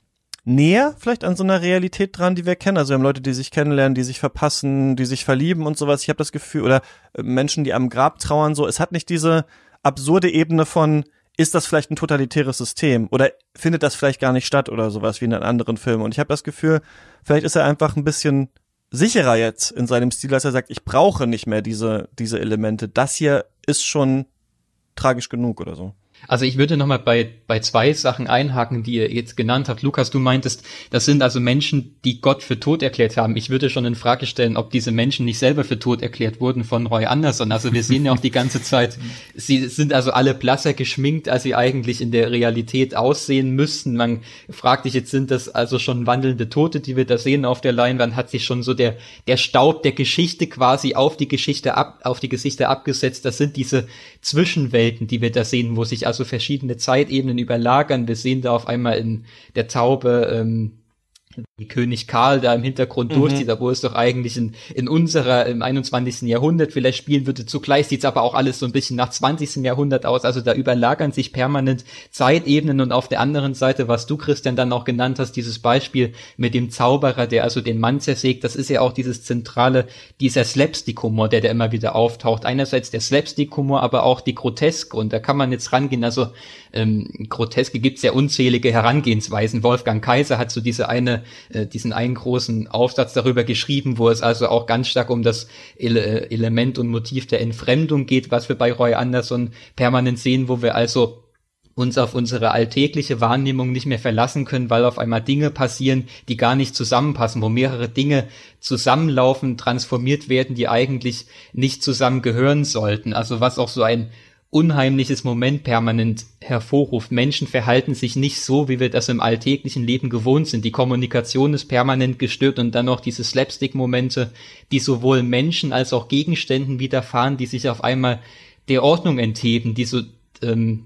näher vielleicht an so einer Realität dran, die wir kennen. Also wir haben Leute, die sich kennenlernen, die sich verpassen, die sich verlieben und sowas. Ich habe das Gefühl, oder Menschen, die am Grab trauern, so. Es hat nicht diese absurde Ebene von, ist das vielleicht ein totalitäres System? Oder findet das vielleicht gar nicht statt oder sowas wie in einem anderen Film? Und ich habe das Gefühl, vielleicht ist er einfach ein bisschen sicherer jetzt in seinem Stil, als er sagt, ich brauche nicht mehr diese, diese Elemente. Das hier ist schon tragisch genug oder so. Also ich würde nochmal bei bei zwei Sachen einhaken, die ihr jetzt genannt habt. Lukas, du meintest, das sind also Menschen, die Gott für tot erklärt haben. Ich würde schon in Frage stellen, ob diese Menschen nicht selber für tot erklärt wurden von Roy Anderson. Also wir sehen ja auch die ganze Zeit, sie sind also alle blasser geschminkt, als sie eigentlich in der Realität aussehen müssten. Man fragt sich jetzt, sind das also schon wandelnde Tote, die wir da sehen auf der Leinwand? Hat sich schon so der der Staub der Geschichte quasi auf die Geschichte ab auf die Gesichter abgesetzt? Das sind diese Zwischenwelten, die wir da sehen, wo sich also verschiedene Zeitebenen überlagern. Wir sehen da auf einmal in der Taube ähm, wie König Karl da im Hintergrund mhm. durchzieht, obwohl es doch eigentlich in, in unserer, im einundzwanzigsten Jahrhundert vielleicht spielen würde. Zugleich sieht es aber auch alles so ein bisschen nach zwanzigsten Jahrhundert aus. Also da überlagern sich permanent Zeitebenen und auf der anderen Seite, was du, Christian, dann auch genannt hast, dieses Beispiel mit dem Zauberer, der also den Mann zersägt, das ist ja auch dieses zentrale, dieser Slapstick-Humor, der da immer wieder auftaucht. Einerseits der Slapstick-Humor, aber auch die Groteske. Und da kann man jetzt rangehen, also ähm, Groteske gibt's ja unzählige Herangehensweisen. Wolfgang Kaiser hat so diese eine diesen einen großen Aufsatz darüber geschrieben, wo es also auch ganz stark um das Ele- Element und Motiv der Entfremdung geht, was wir bei Roy Anderson permanent sehen, wo wir also uns auf unsere alltägliche Wahrnehmung nicht mehr verlassen können, weil auf einmal Dinge passieren, die gar nicht zusammenpassen, wo mehrere Dinge zusammenlaufen, transformiert werden, die eigentlich nicht zusammengehören sollten. Also was auch so ein unheimliches Moment permanent hervorruft. Menschen verhalten sich nicht so, wie wir das im alltäglichen Leben gewohnt sind. Die Kommunikation ist permanent gestört und dann noch diese Slapstick-Momente, die sowohl Menschen als auch Gegenständen widerfahren, die sich auf einmal der Ordnung entheben, die so ähm,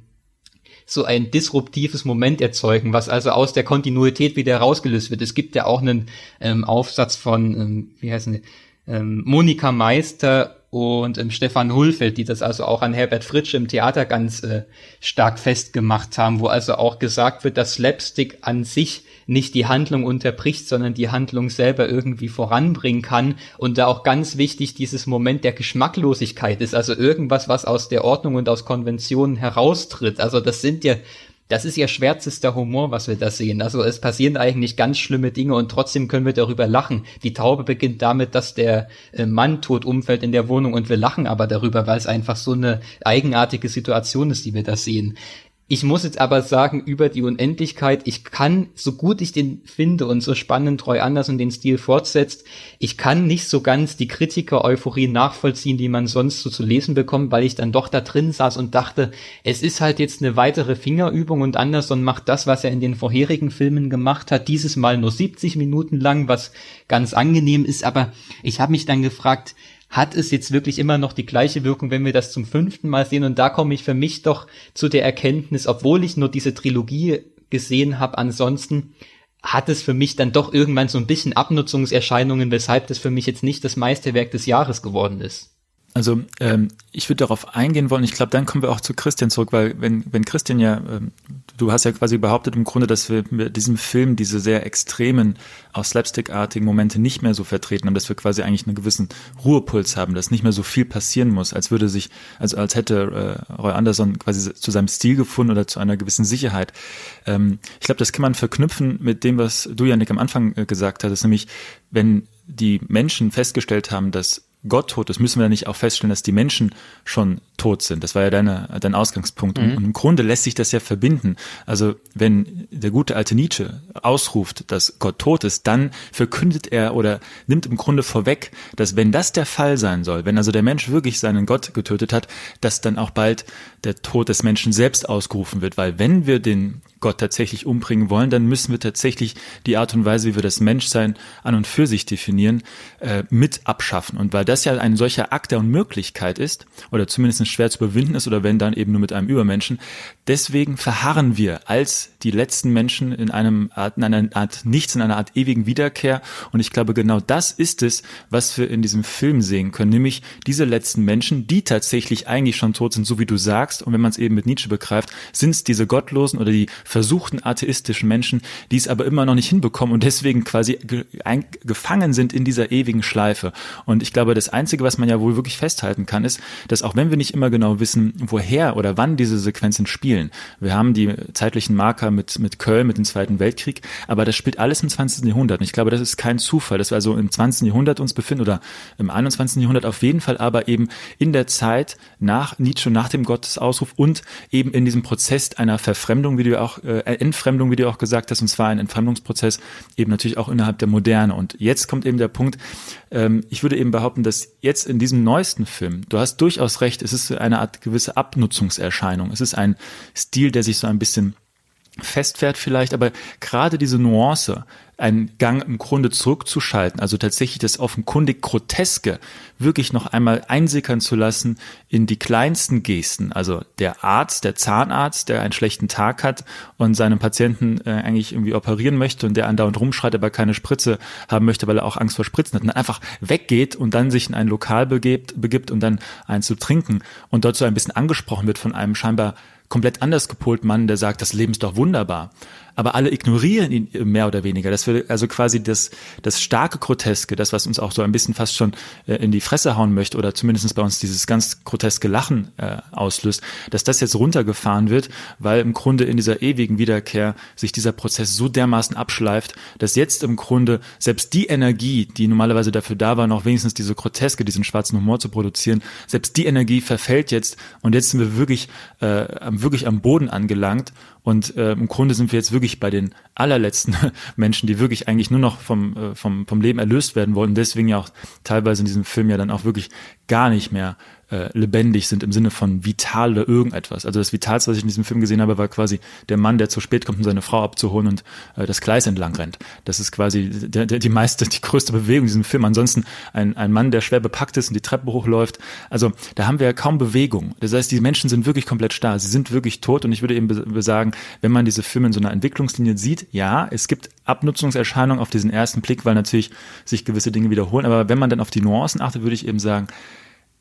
so ein disruptives Moment erzeugen, was also aus der Kontinuität wieder herausgelöst wird. Es gibt ja auch einen ähm, Aufsatz von, ähm, wie heißt die, ähm, Monika Meister und ähm, Stefan Hulfeld, die das also auch an Herbert Fritzsche im Theater ganz äh, stark festgemacht haben, wo also auch gesagt wird, dass Slapstick an sich nicht die Handlung unterbricht, sondern die Handlung selber irgendwie voranbringen kann und da auch ganz wichtig dieses Moment der Geschmacklosigkeit ist, also irgendwas, was aus der Ordnung und aus Konventionen heraustritt. Also das sind ja Das ist ja schwärzester Humor, was wir da sehen. Also es passieren eigentlich ganz schlimme Dinge und trotzdem können wir darüber lachen. Die Taube beginnt damit, dass der äh, Mann tot umfällt in der Wohnung und wir lachen aber darüber, weil es einfach so eine eigenartige Situation ist, die wir da sehen. Ich muss jetzt aber sagen, über die Unendlichkeit, ich kann, so gut ich den finde und so spannend Roy Andersson den Stil fortsetzt, ich kann nicht so ganz die Kritiker-Euphorie nachvollziehen, die man sonst so zu lesen bekommt, weil ich dann doch da drin saß und dachte, es ist halt jetzt eine weitere Fingerübung und Andersson macht das, was er in den vorherigen Filmen gemacht hat, dieses Mal nur siebzig Minuten lang, was ganz angenehm ist, aber ich habe mich dann gefragt, hat es jetzt wirklich immer noch die gleiche Wirkung, wenn wir das zum fünften Mal sehen? Und da komme ich für mich doch zu der Erkenntnis, obwohl ich nur diese Trilogie gesehen habe, ansonsten hat es für mich dann doch irgendwann so ein bisschen Abnutzungserscheinungen, weshalb das für mich jetzt nicht das Meisterwerk des Jahres geworden ist. Also ähm, ich würde darauf eingehen wollen, ich glaube, dann kommen wir auch zu Christian zurück, weil wenn wenn Christian ja, ähm, du hast ja quasi behauptet im Grunde, dass wir mit diesem Film diese sehr extremen, auch slapstickartigen Momente nicht mehr so vertreten haben, dass wir quasi eigentlich einen gewissen Ruhepuls haben, dass nicht mehr so viel passieren muss, als würde sich, also als hätte äh, Roy Andersson quasi zu seinem Stil gefunden oder zu einer gewissen Sicherheit. Ähm, ich glaube, das kann man verknüpfen mit dem, was du, Yannick, am Anfang äh, gesagt hattest, nämlich wenn die Menschen festgestellt haben, dass Gott tot ist, müssen wir ja nicht auch feststellen, dass die Menschen schon tot sind. Das war ja deine, dein Ausgangspunkt. Mhm. Und im Grunde lässt sich das ja verbinden. Also wenn der gute alte Nietzsche ausruft, dass Gott tot ist, dann verkündet er oder nimmt im Grunde vorweg, dass wenn das der Fall sein soll, wenn also der Mensch wirklich seinen Gott getötet hat, dass dann auch bald der Tod des Menschen selbst ausgerufen wird. Weil wenn wir den Gott tatsächlich umbringen wollen, dann müssen wir tatsächlich die Art und Weise, wie wir das Menschsein an und für sich definieren, äh, mit abschaffen. Und weil das ja ein solcher Akt der Unmöglichkeit ist, oder zumindest schwer zu überwinden ist, oder wenn dann eben nur mit einem Übermenschen, deswegen verharren wir als die letzten Menschen in einem Art, in einer Art Nichts, in einer Art ewigen Wiederkehr. Und ich glaube, genau das ist es, was wir in diesem Film sehen können, nämlich diese letzten Menschen, die tatsächlich eigentlich schon tot sind, so wie du sagst. Und wenn man es eben mit Nietzsche begreift, sind es diese Gottlosen oder die versuchten atheistischen Menschen, die es aber immer noch nicht hinbekommen und deswegen quasi ge- ein, gefangen sind in dieser ewigen Schleife. Und ich glaube, das Einzige, was man ja wohl wirklich festhalten kann, ist, dass auch wenn wir nicht immer genau wissen, woher oder wann diese Sequenzen spielen, wir haben die zeitlichen Marker mit, mit Köln, mit dem Zweiten Weltkrieg, aber das spielt alles im zwanzigsten Jahrhundert. Und ich glaube, das ist kein Zufall, dass wir also im zwanzigsten Jahrhundert uns befinden oder im einundzwanzigsten Jahrhundert auf jeden Fall, aber eben in der Zeit nach Nietzsche, nach dem Gottesausruf und eben in diesem Prozess einer Verfremdung, wie du auch äh, Entfremdung, wie du auch gesagt hast, und zwar ein Entfremdungsprozess eben natürlich auch innerhalb der Moderne. Und jetzt kommt eben der Punkt, ähm, ich würde eben behaupten, dass jetzt in diesem neuesten Film, du hast durchaus recht, es ist eine Art gewisse Abnutzungserscheinung. Es ist ein Stil, der sich so ein bisschen festfährt vielleicht, aber gerade diese Nuance, einen Gang im Grunde zurückzuschalten, also tatsächlich das offenkundig Groteske wirklich noch einmal einsickern zu lassen in die kleinsten Gesten. Also der Arzt, der Zahnarzt, der einen schlechten Tag hat und seinem Patienten äh, eigentlich irgendwie operieren möchte und der andauernd rumschreit, aber keine Spritze haben möchte, weil er auch Angst vor Spritzen hat und dann einfach weggeht und dann sich in ein Lokal begibt, begibt und dann einen zu trinken und dort so ein bisschen angesprochen wird von einem scheinbar komplett anders gepolten Mann, der sagt, das Leben ist doch wunderbar. Aber alle ignorieren ihn mehr oder weniger. Das wird also quasi das, das starke Groteske, das, was uns auch so ein bisschen fast schon äh, in die Fresse hauen möchte oder zumindest bei uns dieses ganz groteske Lachen äh, auslöst, dass das jetzt runtergefahren wird, weil im Grunde in dieser ewigen Wiederkehr sich dieser Prozess so dermaßen abschleift, dass jetzt im Grunde selbst die Energie, die normalerweise dafür da war, noch wenigstens diese Groteske, diesen schwarzen Humor zu produzieren, selbst die Energie verfällt jetzt und jetzt sind wir wirklich, äh, wirklich am Boden angelangt. Und äh, im Grunde sind wir jetzt wirklich bei den allerletzten Menschen, die wirklich eigentlich nur noch vom, äh, vom, vom Leben erlöst werden wollen und deswegen ja auch teilweise in diesem Film ja dann auch wirklich gar nicht mehr äh, lebendig sind im Sinne von vital oder irgendetwas. Also das Vitalste, was ich in diesem Film gesehen habe, war quasi der Mann, der zu spät kommt, um seine Frau abzuholen und äh, das Gleis entlang rennt. Das ist quasi der, der, die meiste, die größte Bewegung in diesem Film. Ansonsten ein, ein Mann, der schwer bepackt ist und die Treppe hochläuft. Also da haben wir ja kaum Bewegung. Das heißt, die Menschen sind wirklich komplett starr. Sie sind wirklich tot und ich würde eben besagen, wenn man diese Filme in so einer Entwicklungslinie sieht, ja, es gibt Abnutzungserscheinungen auf diesen ersten Blick, weil natürlich sich gewisse Dinge wiederholen, aber wenn man dann auf die Nuancen achtet, würde ich eben sagen,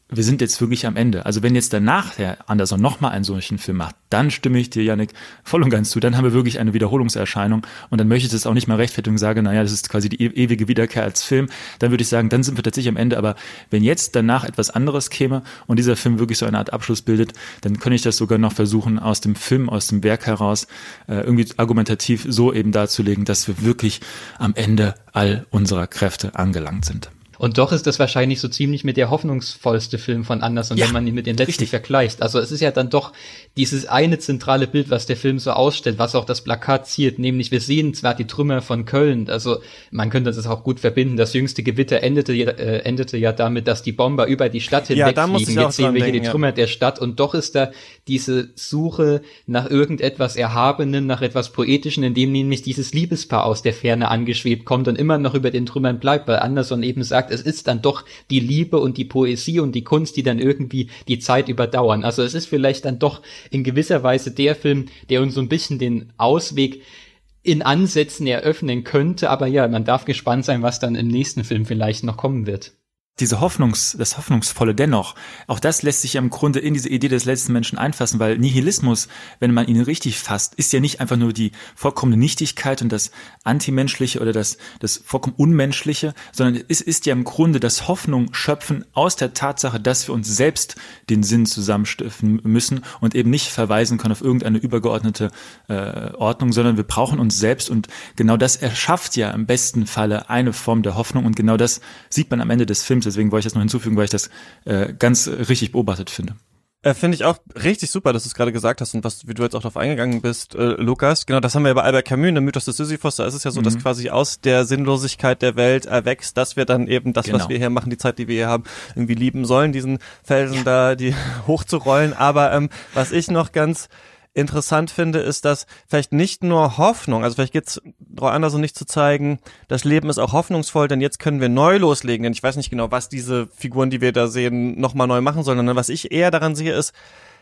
wir sind jetzt wirklich am Ende. Also wenn jetzt danach der Anderson nochmal einen solchen Film macht, dann stimme ich dir, Yannick, voll und ganz zu. Dann haben wir wirklich eine Wiederholungserscheinung und dann möchte ich das auch nicht mal rechtfertigen und sage, naja, das ist quasi die e- ewige Wiederkehr als Film. Dann würde ich sagen, dann sind wir tatsächlich am Ende. Aber wenn jetzt danach etwas anderes käme und dieser Film wirklich so eine Art Abschluss bildet, dann könnte ich das sogar noch versuchen, aus dem Film, aus dem Werk heraus äh, irgendwie argumentativ so eben darzulegen, dass wir wirklich am Ende all unserer Kräfte angelangt sind. Und doch ist das wahrscheinlich so ziemlich mit der hoffnungsvollste Film von Anderson, ja, wenn man ihn mit den letzten richtig vergleicht. Also es ist ja dann doch dieses eine zentrale Bild, was der Film so ausstellt, was auch das Plakat ziert, nämlich wir sehen zwar die Trümmer von Köln, also man könnte das auch gut verbinden, das jüngste Gewitter endete, äh, endete ja damit, dass die Bomber über die Stadt hinwegfliegen. Ja, jetzt sehen wir hier denken, die Trümmer ja. der Stadt und doch ist da diese Suche nach irgendetwas Erhabenem, nach etwas Poetischen, in dem nämlich dieses Liebespaar aus der Ferne angeschwebt kommt und immer noch über den Trümmern bleibt, weil Anderson eben sagt, es ist dann doch die Liebe und die Poesie und die Kunst, die dann irgendwie die Zeit überdauern. Also es ist vielleicht dann doch in gewisser Weise der Film, der uns so ein bisschen den Ausweg in Ansätzen eröffnen könnte. Aber ja, man darf gespannt sein, was dann im nächsten Film vielleicht noch kommen wird. Diese Hoffnungs, das Hoffnungsvolle dennoch, auch das lässt sich ja im Grunde in diese Idee des letzten Menschen einfassen, weil Nihilismus, wenn man ihn richtig fasst, ist ja nicht einfach nur die vollkommene Nichtigkeit und das Antimenschliche oder das, das vollkommen Unmenschliche, sondern es ist ja im Grunde das Hoffnung schöpfen aus der Tatsache, dass wir uns selbst den Sinn zusammenstiften müssen und eben nicht verweisen können auf irgendeine übergeordnete äh, Ordnung, sondern wir brauchen uns selbst und genau das erschafft ja im besten Falle eine Form der Hoffnung und genau das sieht man am Ende des Films. Deswegen wollte ich das noch hinzufügen, weil ich das äh, ganz richtig beobachtet finde. Äh, finde ich auch richtig super, dass du es gerade gesagt hast und was, wie du jetzt auch darauf eingegangen bist, äh, Lukas. Genau, das haben wir ja bei Albert Camus in der Mythos des Sisyphos. Da ist es ja so, mhm. dass quasi aus der Sinnlosigkeit der Welt erwächst, dass wir dann eben das, genau. was wir hier machen, die Zeit, die wir hier haben, irgendwie lieben sollen, diesen Felsen ja. da die hochzurollen. Aber ähm, was ich noch ganz interessant finde, ist, dass vielleicht nicht nur Hoffnung, also vielleicht geht's Roy Anderson nicht zu zeigen, das Leben ist auch hoffnungsvoll, denn jetzt können wir neu loslegen, denn ich weiß nicht genau, was diese Figuren, die wir da sehen, nochmal neu machen sollen, sondern was ich eher daran sehe, ist,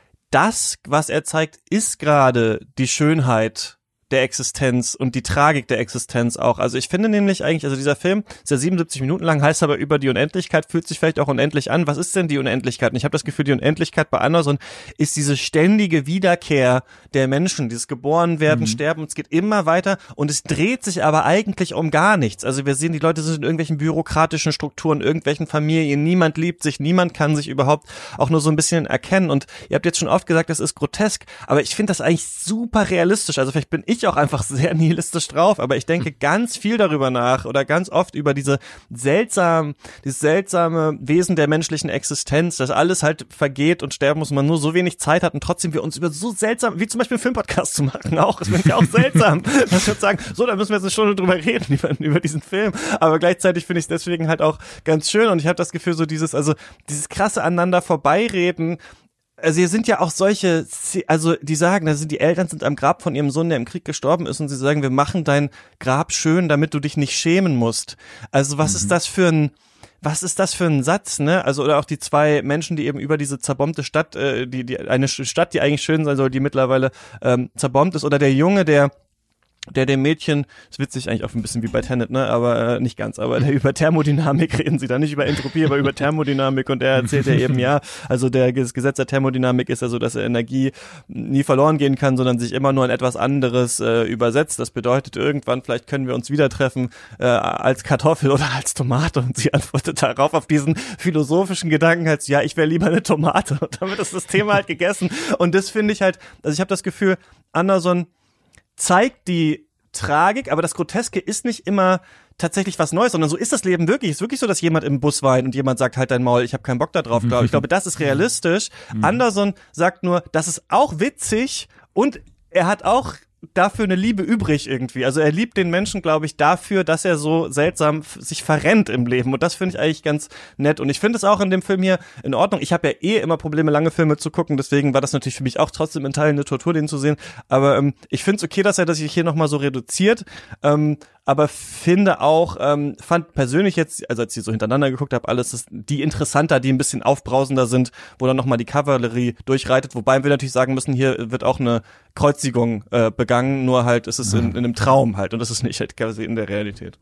das, was er zeigt, ist gerade die Schönheit der Existenz und die Tragik der Existenz auch. Also ich finde nämlich eigentlich, also dieser Film ist ja siebenundsiebzig Minuten lang, heißt aber über die Unendlichkeit, fühlt sich vielleicht auch unendlich an. Was ist denn die Unendlichkeit? Und ich habe das Gefühl, die Unendlichkeit bei Anderson ist diese ständige Wiederkehr der Menschen, dieses Geborenwerden, mhm. Sterben, es geht immer weiter und es dreht sich aber eigentlich um gar nichts. Also wir sehen, die Leute sind in irgendwelchen bürokratischen Strukturen, irgendwelchen Familien, niemand liebt sich, niemand kann sich überhaupt auch nur so ein bisschen erkennen und ihr habt jetzt schon oft gesagt, das ist grotesk, aber ich finde das eigentlich super realistisch. Also vielleicht bin ich auch einfach sehr nihilistisch drauf, aber ich denke ganz viel darüber nach oder ganz oft über diese seltsam, dieses seltsame Wesen der menschlichen Existenz, dass alles halt vergeht und sterben muss und man nur so wenig Zeit hat und trotzdem wir uns über so seltsam, wie zum Beispiel einen Filmpodcast zu machen auch, das finde ich auch seltsam, dass wir uns sagen, so, da müssen wir jetzt eine Stunde drüber reden, über, über diesen Film, aber gleichzeitig finde ich es deswegen halt auch ganz schön und ich habe das Gefühl, so dieses, also dieses krasse aneinander vorbeireden. Also hier sind ja auch solche, also die sagen, also die Eltern sind am Grab von ihrem Sohn, der im Krieg gestorben ist und sie sagen, wir machen dein Grab schön, damit du dich nicht schämen musst. Also was mhm. ist das für ein, was ist das für ein Satz, ne? Also oder auch die zwei Menschen, die eben über diese zerbombte Stadt, äh, die, die eine Stadt, die eigentlich schön sein soll, die mittlerweile ähm, zerbombt ist, oder der Junge, der der dem Mädchen, ist witzig eigentlich auch ein bisschen wie bei Tenet, ne, aber äh, nicht ganz, aber der, über Thermodynamik reden sie da, nicht über Entropie, aber über Thermodynamik und er erzählt ja eben, ja, also der, das Gesetz der Thermodynamik ist ja so, dass Energie nie verloren gehen kann, sondern sich immer nur in etwas anderes äh, übersetzt. Das bedeutet, irgendwann vielleicht können wir uns wieder treffen äh, als Kartoffel oder als Tomate und sie antwortet darauf auf diesen philosophischen Gedanken als, ja, ich wäre lieber eine Tomate und damit ist das Thema halt gegessen und das finde ich halt, also ich habe das Gefühl, Anderson zeigt die Tragik, aber das Groteske ist nicht immer tatsächlich was Neues, sondern so ist das Leben wirklich. Es ist wirklich so, dass jemand im Bus weint und jemand sagt, halt dein Maul, ich habe keinen Bock da drauf. Glaub. Ich glaube, das ist realistisch. Mhm. Anderson sagt nur, das ist auch witzig und er hat auch dafür eine Liebe übrig irgendwie. Also er liebt den Menschen, glaube ich, dafür, dass er so seltsam f- sich verrennt im Leben. Und das finde ich eigentlich ganz nett. Und ich finde es auch in dem Film hier in Ordnung. Ich habe ja eh immer Probleme, lange Filme zu gucken. Deswegen war das natürlich für mich auch trotzdem in Teilen eine Tortur, den zu sehen. Aber ähm, ich finde es okay, dass er das sich hier nochmal so reduziert. Ähm, aber finde auch, ähm, fand persönlich jetzt, also als ich so hintereinander geguckt habe, alles ist die interessanter, die ein bisschen aufbrausender sind, wo dann nochmal die Kavallerie durchreitet. Wobei wir natürlich sagen müssen, hier wird auch eine Kreuzigung äh, begangen, nur halt ist es in, in einem Traum halt und das ist nicht halt quasi in der Realität.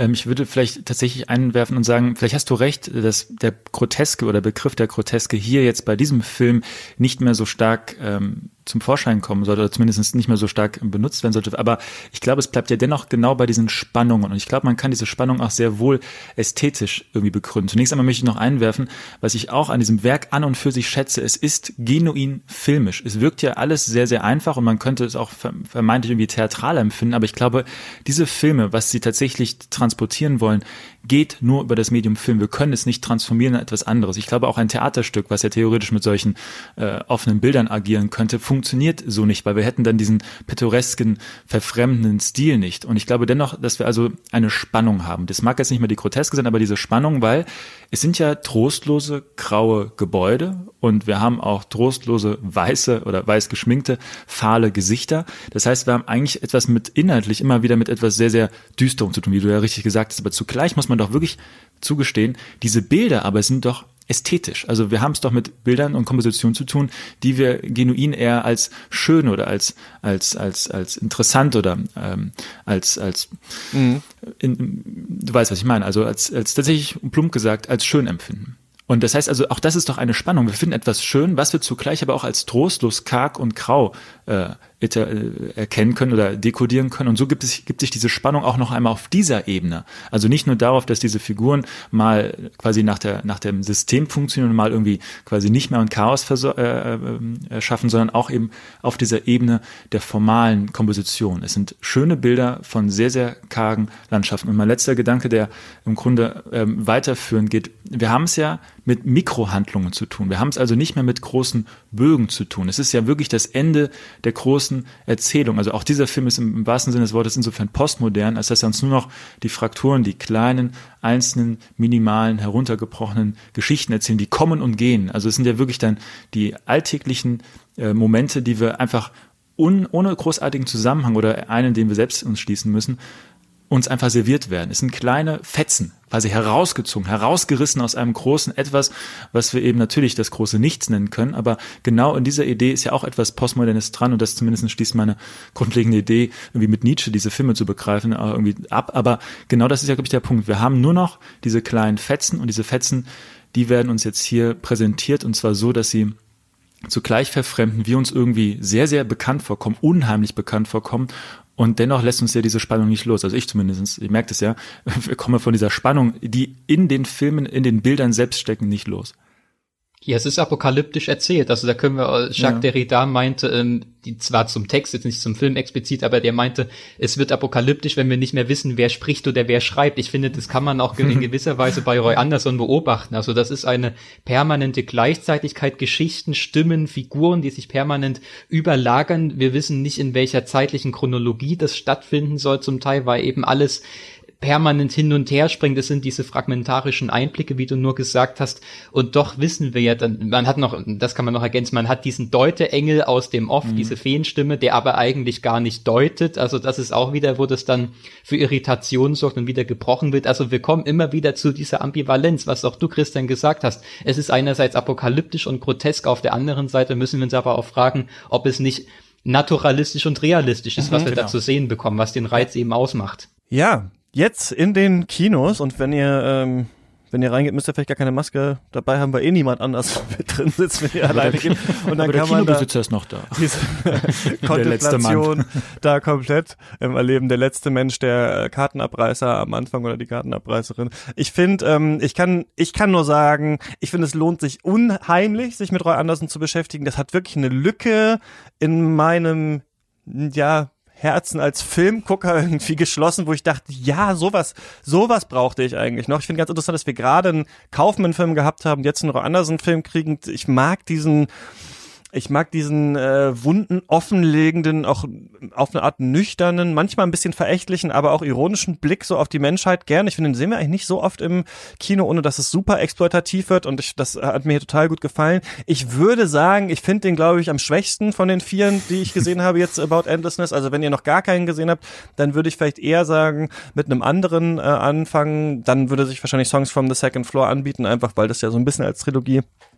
Ähm, ich würde vielleicht tatsächlich einwerfen und sagen, vielleicht hast du recht, dass der Groteske oder Begriff der Groteske hier jetzt bei diesem Film nicht mehr so stark ähm, zum Vorschein kommen sollte oder zumindest nicht mehr so stark benutzt werden sollte. Aber ich glaube, es bleibt ja dennoch genau bei diesen Spannungen. Und ich glaube, man kann diese Spannung auch sehr wohl ästhetisch irgendwie begründen. Zunächst einmal möchte ich noch einwerfen, was ich auch an diesem Werk an und für sich schätze. Es ist genuin filmisch. Es wirkt ja alles sehr, sehr einfach und man könnte es auch vermeintlich irgendwie theatral empfinden. Aber ich glaube, diese Filme, was sie tatsächlich transportieren wollen, geht nur über das Medium Film. Wir können es nicht transformieren in etwas anderes. Ich glaube, auch ein Theaterstück, was ja theoretisch mit solchen äh, offenen Bildern agieren könnte, funktioniert so nicht, weil wir hätten dann diesen pittoresken, verfremdenden Stil nicht. Und ich glaube dennoch, dass wir also eine Spannung haben. Das mag jetzt nicht mehr die Groteske sein, aber diese Spannung, weil es sind ja trostlose, graue Gebäude und wir haben auch trostlose, weiße oder weiß geschminkte, fahle Gesichter. Das heißt, wir haben eigentlich etwas mit inhaltlich immer wieder mit etwas sehr, sehr Düsterem zu tun, wie du ja richtig gesagt hast. Aber zugleich muss man doch wirklich zugestehen, diese Bilder aber sind doch ästhetisch. Also wir haben es doch mit Bildern und Kompositionen zu tun, die wir genuin eher als schön oder als als als als interessant oder ähm, als als mhm. in, du weißt, was ich meine, also als als tatsächlich plump gesagt als schön empfinden. Und das heißt also, auch das ist doch eine Spannung. Wir finden etwas schön, was wir zugleich aber auch als trostlos, karg und grau äh, erkennen können oder dekodieren können. Und so gibt es gibt sich diese Spannung auch noch einmal auf dieser Ebene. Also nicht nur darauf, dass diese Figuren mal quasi nach der nach dem System funktionieren und mal irgendwie quasi nicht mehr ein Chaos verso- äh, äh, schaffen, sondern auch eben auf dieser Ebene der formalen Komposition. Es sind schöne Bilder von sehr, sehr kargen Landschaften. Und mein letzter Gedanke, der im Grunde ähm, weiterführend geht. Wir haben es ja mit Mikrohandlungen zu tun. Wir haben es also nicht mehr mit großen Bögen zu tun. Es ist ja wirklich das Ende der großen Erzählung. Also auch dieser Film ist im, im wahrsten Sinne des Wortes insofern postmodern, als dass er uns nur noch die Frakturen, die kleinen, einzelnen, minimalen, heruntergebrochenen Geschichten erzählen, die kommen und gehen. Also es sind ja wirklich dann die alltäglichen äh, Momente, die wir einfach un, ohne großartigen Zusammenhang oder einen, den wir selbst uns schließen müssen, uns einfach serviert werden. Es sind kleine Fetzen, quasi herausgezogen, herausgerissen aus einem großen Etwas, was wir eben natürlich das große Nichts nennen können, aber genau in dieser Idee ist ja auch etwas Postmodernes dran und das zumindest schließt meine grundlegende Idee, irgendwie mit Nietzsche diese Filme zu begreifen, irgendwie ab, aber genau das ist ja, glaube ich, der Punkt. Wir haben nur noch diese kleinen Fetzen und diese Fetzen, die werden uns jetzt hier präsentiert und zwar so, dass sie zugleich verfremden, wir uns irgendwie sehr, sehr bekannt vorkommen, unheimlich bekannt vorkommen. Und dennoch lässt uns ja diese Spannung nicht los. Also ich zumindest, ich merke das ja, wir kommen von dieser Spannung, die in den Filmen, in den Bildern selbst stecken, nicht los. Ja, es ist apokalyptisch erzählt. Also da können wir, Jacques ja. Derrida meinte, ähm, die zwar zum Text, jetzt nicht zum Film explizit, aber der meinte, es wird apokalyptisch, wenn wir nicht mehr wissen, wer spricht oder wer schreibt. Ich finde, das kann man auch in gewisser Weise bei Roy Andersson beobachten. Also das ist eine permanente Gleichzeitigkeit, Geschichten, Stimmen, Figuren, die sich permanent überlagern. Wir wissen nicht, in welcher zeitlichen Chronologie das stattfinden soll zum Teil, weil eben alles permanent hin und her springt. Das sind diese fragmentarischen Einblicke, wie du nur gesagt hast. Und doch wissen wir ja dann, man hat noch, das kann man noch ergänzen, man hat diesen Deuteengel aus dem Off, mhm. diese Feenstimme, der aber eigentlich gar nicht deutet. Also das ist auch wieder, wo das dann für Irritation sorgt und wieder gebrochen wird. Also wir kommen immer wieder zu dieser Ambivalenz, was auch du, Christian, gesagt hast. Es ist einerseits apokalyptisch und grotesk, auf der anderen Seite müssen wir uns aber auch fragen, ob es nicht naturalistisch und realistisch ist, mhm, was wir genau. da zu sehen bekommen, was den Reiz eben ausmacht. Ja, jetzt in den Kinos und wenn ihr ähm, wenn ihr reingeht, müsst ihr vielleicht gar keine Maske dabei haben, weil eh niemand anders mit drin sitzt, wenn ihr aber alleine geht. Und dann aber kann der man da Kinobesitzer ist noch da. Diese Kontemplation da komplett ähm, erleben. Der letzte Mensch, der Kartenabreißer am Anfang oder die Kartenabreißerin. Ich finde, ähm, ich kann ich kann nur sagen, ich finde, es lohnt sich unheimlich, sich mit Roy Andersson zu beschäftigen. Das hat wirklich eine Lücke in meinem, ja, Herzen als Filmgucker irgendwie geschlossen, wo ich dachte, ja, sowas, sowas brauchte ich eigentlich noch. Ich finde ganz interessant, dass wir gerade einen Kaufman-Film gehabt haben, jetzt einen Roy Andersson-Film kriegen. Ich mag diesen, ich mag diesen äh, wunden, offenlegenden, auch auf eine Art nüchternen, manchmal ein bisschen verächtlichen, aber auch ironischen Blick so auf die Menschheit gern. Ich finde, den sehen wir eigentlich nicht so oft im Kino, ohne dass es super exploitativ wird und ich, das hat mir hier total gut gefallen. Ich würde sagen, ich finde den, glaube ich, am schwächsten von den vieren, die ich gesehen habe jetzt About Endlessness. Also wenn ihr noch gar keinen gesehen habt, dann würde ich vielleicht eher sagen, mit einem anderen äh, anfangen. Dann würde sich wahrscheinlich Songs from the Second Floor anbieten, einfach weil das ja so ein bisschen als Trilogie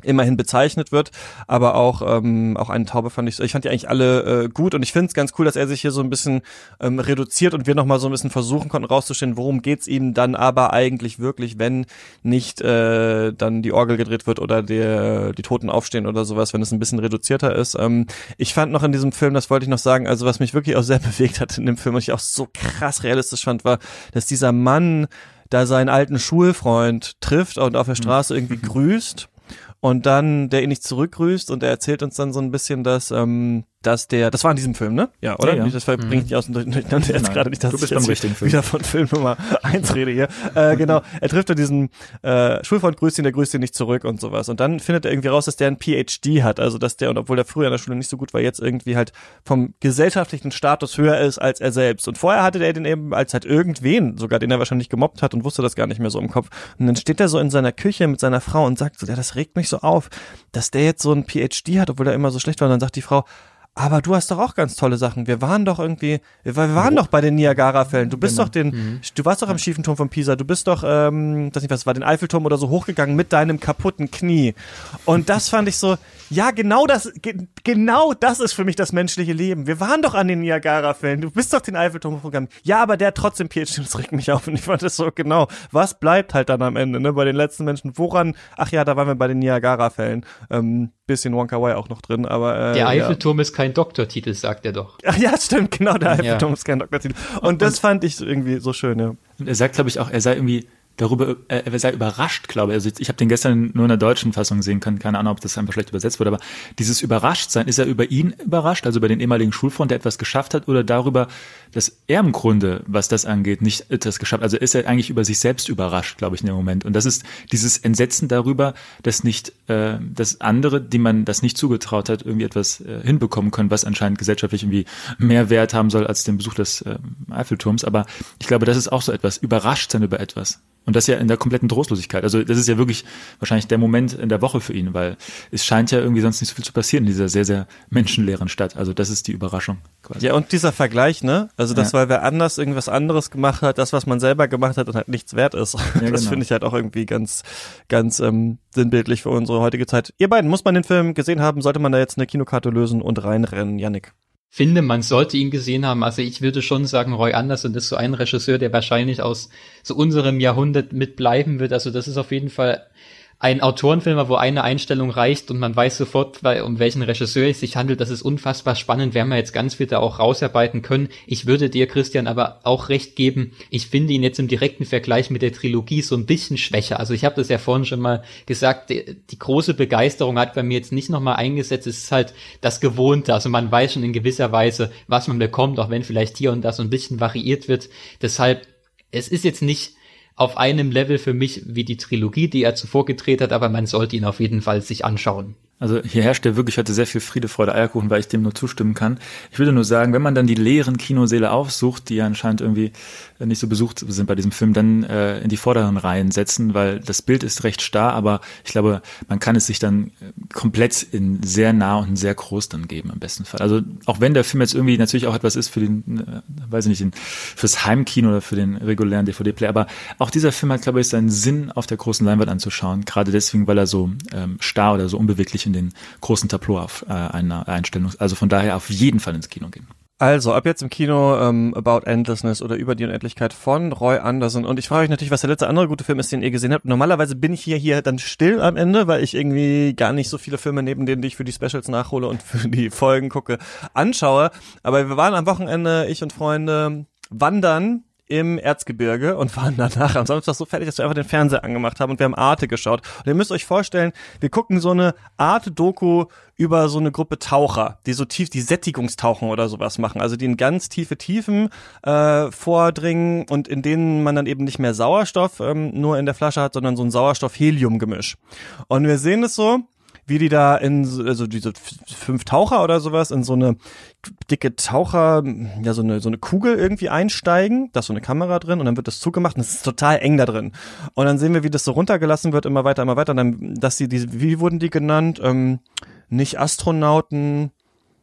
immerhin bezeichnet wird, aber auch ähm, auch eine Taube fand ich, ich fand die eigentlich alle äh, gut und ich finde es ganz cool, dass er sich hier so ein bisschen ähm, reduziert und wir nochmal so ein bisschen versuchen konnten rauszustellen, worum geht's ihm dann aber eigentlich wirklich, wenn nicht äh, dann die Orgel gedreht wird oder der die Toten aufstehen oder sowas, wenn es ein bisschen reduzierter ist. Ähm, ich fand noch in diesem Film, das wollte ich noch sagen, also was mich wirklich auch sehr bewegt hat in dem Film und ich auch so krass realistisch fand, war, dass dieser Mann da seinen alten Schulfreund trifft und auf der Straße irgendwie grüßt. Und dann der ihn nicht zurückgrüßt und er erzählt uns dann so ein bisschen, dass ähm, dass der, das war in diesem Film, ne? Ja, oder? Ja, ja. Das bringt nicht aus dem Durcheinander jetzt gerade nicht, dass du bist ich beim jetzt richtigen Film. wieder von Film Nummer eins rede hier. Äh, genau, er trifft da diesen äh, Schulfreund, grüßt ihn, der grüßt ihn nicht zurück und sowas. Und dann findet er irgendwie raus, dass der ein P H D hat, also dass der, und obwohl der früher in der Schule nicht so gut war, jetzt irgendwie halt vom gesellschaftlichen Status höher ist als er selbst. Und vorher hatte der den eben als halt irgendwen, sogar den er wahrscheinlich gemobbt hat und wusste das gar nicht mehr so im Kopf. Und dann steht er so in seiner Küche mit seiner Frau und sagt so, ja, das regt mich so auf, dass der jetzt so ein P H D hat, obwohl er immer so schlecht war. Und dann sagt die Frau, aber du hast doch auch ganz tolle Sachen. Wir waren doch irgendwie, wir waren doch bei den Niagara-Fällen. Du bist Genau. doch den, Mhm. du warst doch am schiefen Turm von Pisa. Du bist doch, ähm, das nicht was, war den Eiffelturm oder so hochgegangen mit deinem kaputten Knie. Und das fand ich so, ja, genau das, ge- genau das ist für mich das menschliche Leben. Wir waren doch an den Niagara-Fällen. Du bist doch den Eiffelturm hochgegangen. Ja, aber der hat trotzdem P H D. Das regt mich auf. Und ich fand das so genau. Was bleibt halt dann am Ende, ne? Bei den letzten Menschen. Woran? Ach ja, da waren wir bei den Niagara-Fällen. Ähm, bisschen Wonka Wai auch noch drin, aber äh, Der ja. Eiffelturm ist kein Doktortitel, sagt er doch. Ach ja, stimmt, genau, der Eiffelturm Ja. ist kein Doktortitel. Und das fand ich irgendwie so schön, ja. Und er sagt, glaube ich, auch, er sei irgendwie darüber, äh, er sei überrascht, glaube ich. Also ich habe den gestern nur in der deutschen Fassung sehen können, keine Ahnung, ob das einfach schlecht übersetzt wurde, aber dieses Überraschtsein, ist er über ihn überrascht, also über den ehemaligen Schulfreund, der etwas geschafft hat, oder darüber, dass er im Grunde, was das angeht, nicht etwas geschafft hat. Also ist er eigentlich über sich selbst überrascht, glaube ich, in dem Moment. Und das ist dieses Entsetzen darüber, dass nicht, äh, dass andere, die man das nicht zugetraut hat, irgendwie etwas äh, hinbekommen können, was anscheinend gesellschaftlich irgendwie mehr Wert haben soll als den Besuch des äh, Eiffelturms. Aber ich glaube, das ist auch so etwas, überrascht sein über etwas. Und das ja in der kompletten Trostlosigkeit. Also das ist ja wirklich wahrscheinlich der Moment in der Woche für ihn, weil es scheint ja irgendwie sonst nicht so viel zu passieren in dieser sehr, sehr menschenleeren Stadt. Also das ist die Überraschung quasi. Ja, und dieser Vergleich, ne? Also das, Ja. weil wer anders irgendwas anderes gemacht hat, das, was man selber gemacht hat und halt nichts wert ist. Ja, das genau. finde ich halt auch irgendwie ganz, ganz ähm, sinnbildlich für unsere heutige Zeit. Ihr beiden, muss man den Film gesehen haben? Sollte man da jetzt eine Kinokarte lösen und reinrennen? Yannick? Finde, man sollte ihn gesehen haben. Also ich würde schon sagen, Roy Andersson ist so ein Regisseur, der wahrscheinlich aus so unserem Jahrhundert mitbleiben wird. Also das ist auf jeden Fall ein Autorenfilm, wo eine Einstellung reicht und man weiß sofort, weil, um welchen Regisseur es sich handelt. Das ist unfassbar spannend. Wir haben ja jetzt ganz viel da auch rausarbeiten können. Ich würde dir, Christian, aber auch recht geben. Ich finde ihn jetzt im direkten Vergleich mit der Trilogie so ein bisschen schwächer. Also ich habe das ja vorhin schon mal gesagt, die, die große Begeisterung hat bei mir jetzt nicht nochmal eingesetzt. Es ist halt das Gewohnte. Also man weiß schon in gewisser Weise, was man bekommt, auch wenn vielleicht hier und da so ein bisschen variiert wird. Deshalb, es ist jetzt nicht auf einem Level für mich wie die Trilogie, die er zuvor gedreht hat, aber man sollte ihn auf jeden Fall sich anschauen. Also hier herrscht ja wirklich heute sehr viel Friede, Freude, Eierkuchen, weil ich dem nur zustimmen kann. Ich würde nur sagen, wenn man dann die leeren Kinosäle aufsucht, die ja anscheinend irgendwie nicht so besucht sind bei diesem Film, dann äh, in die vorderen Reihen setzen, weil das Bild ist recht starr, aber ich glaube, man kann es sich dann komplett in sehr nah und sehr groß dann geben, im besten Fall. Also auch wenn der Film jetzt irgendwie natürlich auch etwas ist für den, äh, weiß ich nicht, den, fürs Heimkino oder für den regulären D V D-Player, aber auch dieser Film hat, glaube ich, seinen Sinn, auf der großen Leinwand anzuschauen, gerade deswegen, weil er so ähm, starr oder so unbeweglich in den großen Tableau auf äh, einer Einstellung. Also von daher auf jeden Fall ins Kino gehen. Also, ab jetzt im Kino ähm, About Endlessness oder Über die Unendlichkeit von Roy Andersson. Und ich frage euch natürlich, was der letzte andere gute Film ist, den ihr gesehen habt. Normalerweise bin ich hier hier dann still am Ende, weil ich irgendwie gar nicht so viele Filme neben denen, die ich für die Specials nachhole und für die Folgen gucke, anschaue. Aber wir waren am Wochenende, ich und Freunde, wandern im Erzgebirge und waren danach am Samstag so fertig, dass wir einfach den Fernseher angemacht haben und wir haben Arte geschaut. Und ihr müsst euch vorstellen, wir gucken so eine Arte-Doku über so eine Gruppe Taucher, die so tief, die Sättigungstauchen oder sowas machen, also die in ganz tiefe Tiefen äh, vordringen und in denen man dann eben nicht mehr Sauerstoff ähm, nur in der Flasche hat, sondern so ein Sauerstoff-Helium-Gemisch. Und wir sehen es so, wie die da in, also diese fünf Taucher oder sowas in so eine dicke Taucher, ja so eine so eine Kugel irgendwie einsteigen, da ist so eine Kamera drin und dann wird das zugemacht und es ist total eng da drin. Und dann sehen wir, wie das so runtergelassen wird, immer weiter, immer weiter. Und dann, dass sie diese, wie wurden die genannt? Ähm, nicht Astronauten,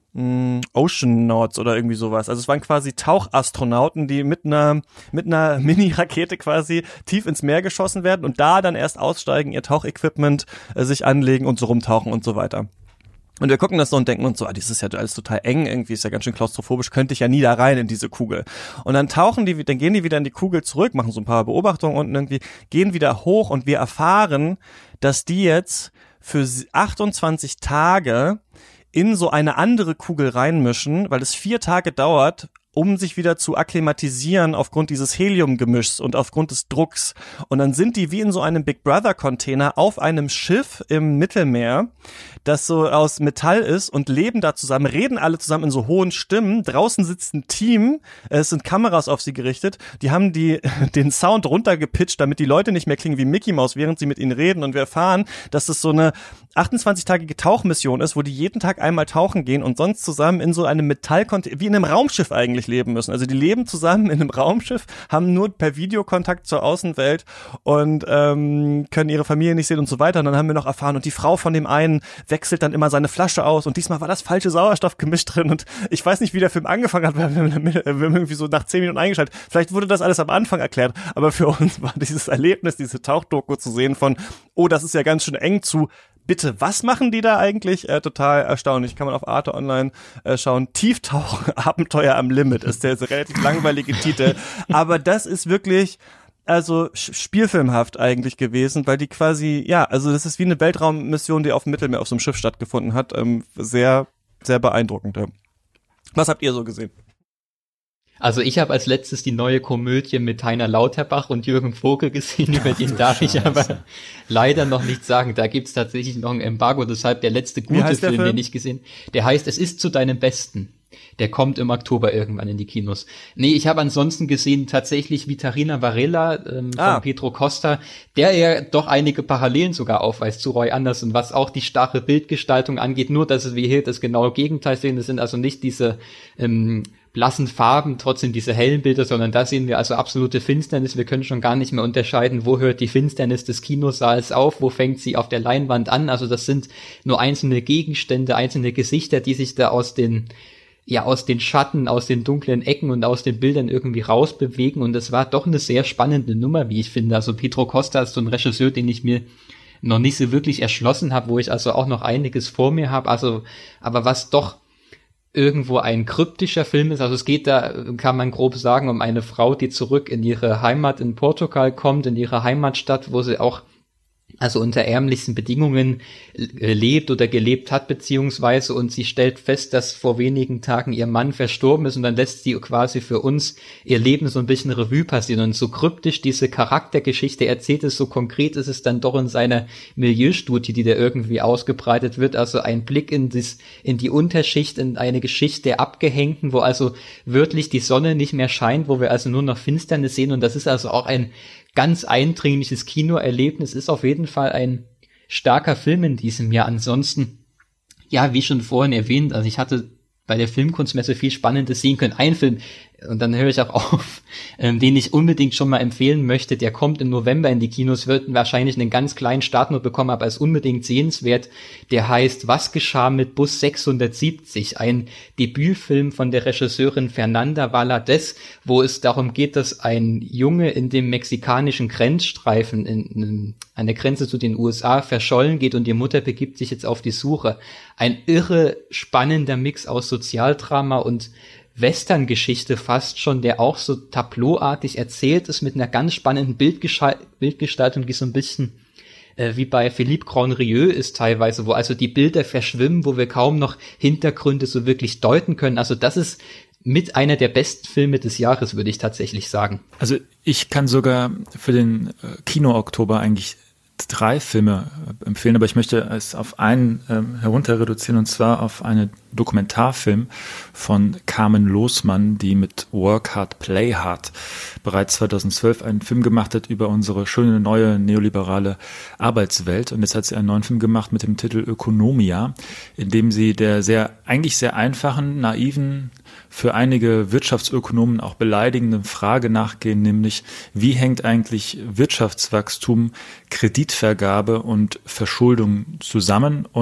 Oceanauts oder irgendwie sowas. Also es waren quasi Tauchastronauten, die mit einer mit einer Mini-Rakete quasi tief ins Meer geschossen werden und da dann erst aussteigen, ihr Tauchequipment äh, sich anlegen und so rumtauchen und so weiter. Und wir gucken das so und denken uns so, ah, das ist ja alles total eng, irgendwie ist ja ganz schön klaustrophobisch, könnte ich ja nie da rein in diese Kugel. Und dann tauchen die, dann gehen die wieder in die Kugel zurück, machen so ein paar Beobachtungen unten irgendwie, gehen wieder hoch und wir erfahren, dass die jetzt für achtundzwanzig Tage in so eine andere Kugel reinmischen, weil es vier Tage dauert, um sich wieder zu akklimatisieren aufgrund dieses Heliumgemischs und aufgrund des Drucks. Und dann sind die wie in so einem Big Brother Container auf einem Schiff im Mittelmeer, das so aus Metall ist und leben da zusammen, reden alle zusammen in so hohen Stimmen. Draußen sitzt ein Team, es sind Kameras auf sie gerichtet, die haben die den Sound runtergepitcht, damit die Leute nicht mehr klingen wie Mickey Mouse, während sie mit ihnen reden. Und wir erfahren, dass das so eine achtundzwanzig-tägige Tauchmission ist, wo die jeden Tag einmal tauchen gehen und sonst zusammen in so einem Metallcontainer, wie in einem Raumschiff eigentlich leben müssen. Also die leben zusammen in einem Raumschiff, haben nur per Videokontakt zur Außenwelt und ähm, können ihre Familie nicht sehen und so weiter. Und dann haben wir noch erfahren, und die Frau von dem einen wechselt dann immer seine Flasche aus und diesmal war das falsche Sauerstoffgemisch drin und ich weiß nicht, wie der Film angefangen hat, weil wir, wir haben irgendwie so nach zehn Minuten eingeschaltet. Vielleicht wurde das alles am Anfang erklärt, aber für uns war dieses Erlebnis, diese Tauchdoku zu sehen von, oh, das ist ja ganz schön eng, zu bitte, was machen die da eigentlich? Äh, total erstaunlich. Kann man auf Arte Online äh, schauen. Tieftauchen, Abenteuer am Limit ist der, der relativ langweilige Titel. Aber das ist wirklich, also spielfilmhaft eigentlich gewesen, weil die quasi, ja, also das ist wie eine Weltraummission, die auf dem Mittelmeer auf so einem Schiff stattgefunden hat. Ähm, sehr, sehr beeindruckend. Ja. Was habt ihr so gesehen? Also ich habe als letztes die neue Komödie mit Heiner Lauterbach und Jürgen Vogel gesehen, über den darf ich aber leider noch nichts sagen. Da gibt's tatsächlich noch ein Embargo, deshalb der letzte gute Film, Film, den ich gesehen habe. Der heißt Es ist zu deinem Besten. Der kommt im Oktober irgendwann in die Kinos. Nee, ich habe ansonsten gesehen tatsächlich Vitarina Varela ähm, ah. von Pedro Costa, der ja doch einige Parallelen sogar aufweist zu Roy Andersson, was auch die starre Bildgestaltung angeht. Nur, dass wir hier das genaue Gegenteil sehen. Das sind also nicht diese ähm, blassen Farben, trotzdem diese hellen Bilder, sondern da sehen wir also absolute Finsternis. Wir können schon gar nicht mehr unterscheiden, wo hört die Finsternis des Kinosaals auf, wo fängt sie auf der Leinwand an. Also das sind nur einzelne Gegenstände, einzelne Gesichter, die sich da aus den ja aus den Schatten, aus den dunklen Ecken und aus den Bildern irgendwie rausbewegen. Und das war doch eine sehr spannende Nummer, wie ich finde. Also Pedro Costa ist so ein Regisseur, den ich mir noch nicht so wirklich erschlossen habe, wo ich also auch noch einiges vor mir habe. Also, aber was doch irgendwo ein kryptischer Film ist. Also es geht da, kann man grob sagen, um eine Frau, die zurück in ihre Heimat in Portugal kommt, in ihre Heimatstadt, wo sie auch also unter ärmlichsten Bedingungen äh, lebt oder gelebt hat, beziehungsweise, und sie stellt fest, dass vor wenigen Tagen ihr Mann verstorben ist, und dann lässt sie quasi für uns ihr Leben so ein bisschen Revue passieren, und so kryptisch diese Charaktergeschichte erzählt ist, so konkret ist es dann doch in seiner Milieustudie, die da irgendwie ausgebreitet wird, also ein Blick in das, in die Unterschicht, in eine Geschichte der Abgehängten, wo also wirklich die Sonne nicht mehr scheint, wo wir also nur noch Finsternis sehen, und das ist also auch ein ganz eindringliches Kinoerlebnis, ist auf jeden Fall ein starker Film in diesem Jahr. Ansonsten, ja, wie schon vorhin erwähnt, also ich hatte bei der Filmkunstmesse viel Spannendes sehen können. Ein Film, und dann höre ich auch auf, ähm, den ich unbedingt schon mal empfehlen möchte, der kommt im November in die Kinos, wird wahrscheinlich einen ganz kleinen Start nur bekommen, aber ist unbedingt sehenswert. Der heißt Was geschah mit Bus sechshundertsiebzig? Ein Debütfilm von der Regisseurin Fernanda Valadez, wo es darum geht, dass ein Junge in dem mexikanischen Grenzstreifen in, in, an der Grenze zu den U S A verschollen geht, und die Mutter begibt sich jetzt auf die Suche. Ein irre spannender Mix aus Sozialdrama und Western-Geschichte fast schon, der auch so tableauartig erzählt ist, mit einer ganz spannenden Bildgestal- Bildgestaltung, die so ein bisschen äh, wie bei Philippe Grandrieux ist teilweise, wo also die Bilder verschwimmen, wo wir kaum noch Hintergründe so wirklich deuten können. Also das ist mit einer der besten Filme des Jahres, würde ich tatsächlich sagen. Also ich kann sogar für den äh, Kino-Oktober eigentlich drei Filme empfehlen, aber ich möchte es auf einen ähm, herunter reduzieren, und zwar auf einen Dokumentarfilm von Carmen Losmann, die mit Work Hard, Play Hard bereits zweitausendzwölf einen Film gemacht hat über unsere schöne neue neoliberale Arbeitswelt, und jetzt hat sie einen neuen Film gemacht mit dem Titel Ökonomia, in dem sie der sehr, eigentlich sehr einfachen, naiven, für einige Wirtschaftsökonomen auch beleidigenden Frage nachgehen, nämlich wie hängt eigentlich Wirtschaftswachstum, Kreditvergabe und Verschuldung zusammen, und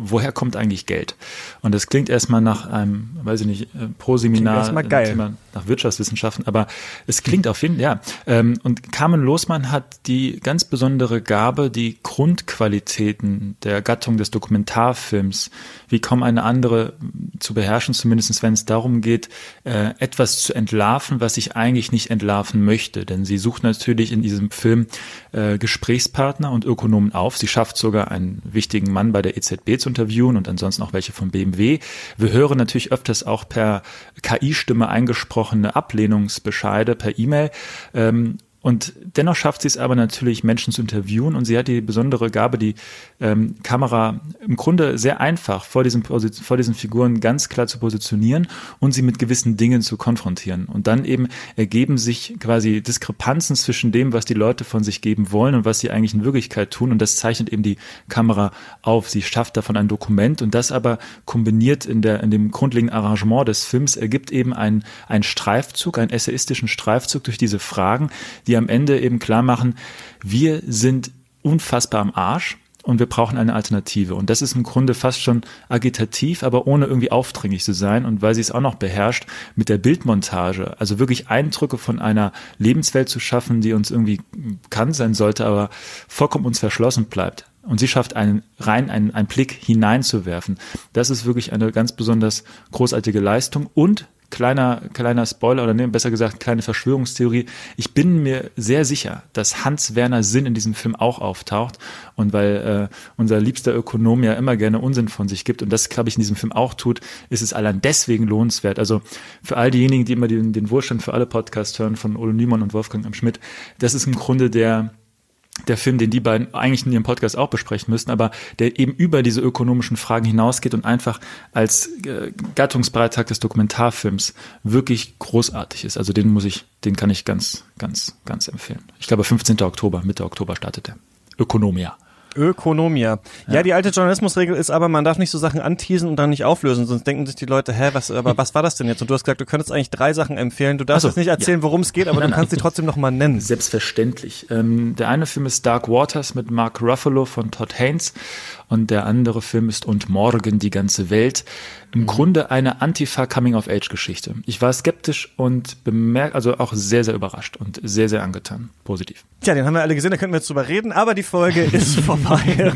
woher kommt eigentlich Geld? Und das klingt erstmal nach einem, weiß ich nicht, Pro-Seminar, Thema nach Wirtschaftswissenschaften, aber es klingt auf jeden Fall, ja. Ähm, und Carmen Losmann hat die ganz besondere Gabe, die Grundqualitäten der Gattung des Dokumentarfilms wie kaum eine andere zu beherrschen, zumindest wenn es darum geht, äh, etwas zu entlarven, was ich eigentlich nicht entlarven möchte. Denn sie sucht natürlich in diesem Film äh, Gesprächspartner und Ökonomen auf. Sie schafft sogar einen wichtigen Mann bei der E Z B zu interviewen und ansonsten auch welche vom B M W. Wir hören natürlich öfters auch per K I-Stimme eingesprochene Ablehnungsbescheide per E-Mail. Ähm, Und dennoch schafft sie es aber natürlich, Menschen zu interviewen, und sie hat die besondere Gabe, die ähm, Kamera im Grunde sehr einfach vor diesen, vor diesen Figuren ganz klar zu positionieren und sie mit gewissen Dingen zu konfrontieren. Und dann eben ergeben sich quasi Diskrepanzen zwischen dem, was die Leute von sich geben wollen und was sie eigentlich in Wirklichkeit tun, und das zeichnet eben die Kamera auf. Sie schafft davon ein Dokument, und das aber kombiniert in, der, in dem grundlegenden Arrangement des Films ergibt eben einen, einen Streifzug, einen essayistischen Streifzug durch diese Fragen, die die am Ende eben klar machen, wir sind unfassbar am Arsch und wir brauchen eine Alternative. Und das ist im Grunde fast schon agitativ, aber ohne irgendwie aufdringlich zu sein. Und weil sie es auch noch beherrscht, mit der Bildmontage, also wirklich Eindrücke von einer Lebenswelt zu schaffen, die uns irgendwie bekannt sein sollte, aber vollkommen uns verschlossen bleibt. Und sie schafft einen rein einen, einen Blick hineinzuwerfen. Das ist wirklich eine ganz besonders großartige Leistung. Und Kleiner, kleiner Spoiler, oder nee, besser gesagt, kleine Verschwörungstheorie. Ich bin mir sehr sicher, dass Hans-Werner Sinn in diesem Film auch auftaucht. Und weil äh, unser liebster Ökonom ja immer gerne Unsinn von sich gibt und das, glaube ich, in diesem Film auch tut, ist es allein deswegen lohnenswert. Also für all diejenigen, die immer den, den Wohlstand für alle Podcast hören von Ole Niemann und Wolfgang M. Schmidt, das ist im Grunde der der Film, den die beiden eigentlich in ihrem Podcast auch besprechen müssten, aber der eben über diese ökonomischen Fragen hinausgeht und einfach als äh, Gattungsbeitrag des Dokumentarfilms wirklich großartig ist. Also den muss ich, den kann ich ganz, ganz, ganz empfehlen. Ich glaube, fünfzehnten Oktober, Mitte Oktober startet der. Ökonomia. Ökonomia. Ja. ja, die alte Journalismusregel ist aber, man darf nicht so Sachen anteasen und dann nicht auflösen, sonst denken sich die Leute, hä, was, aber was war das denn jetzt? Und du hast gesagt, du könntest eigentlich drei Sachen empfehlen. Du darfst also, jetzt nicht erzählen, ja. worum es geht, aber nein, du kannst nein. sie trotzdem nochmal nennen. Selbstverständlich. Ähm, der eine Film ist Dark Waters mit Mark Ruffalo von Todd Haynes und der andere Film ist Und morgen die ganze Welt. Im mhm. Grunde eine Antifa-Coming-of-Age-Geschichte. Ich war skeptisch und bemerkt, also auch sehr, sehr überrascht und sehr, sehr angetan. Positiv. Tja, den haben wir alle gesehen, da könnten wir jetzt drüber reden, aber die Folge ist vorbei.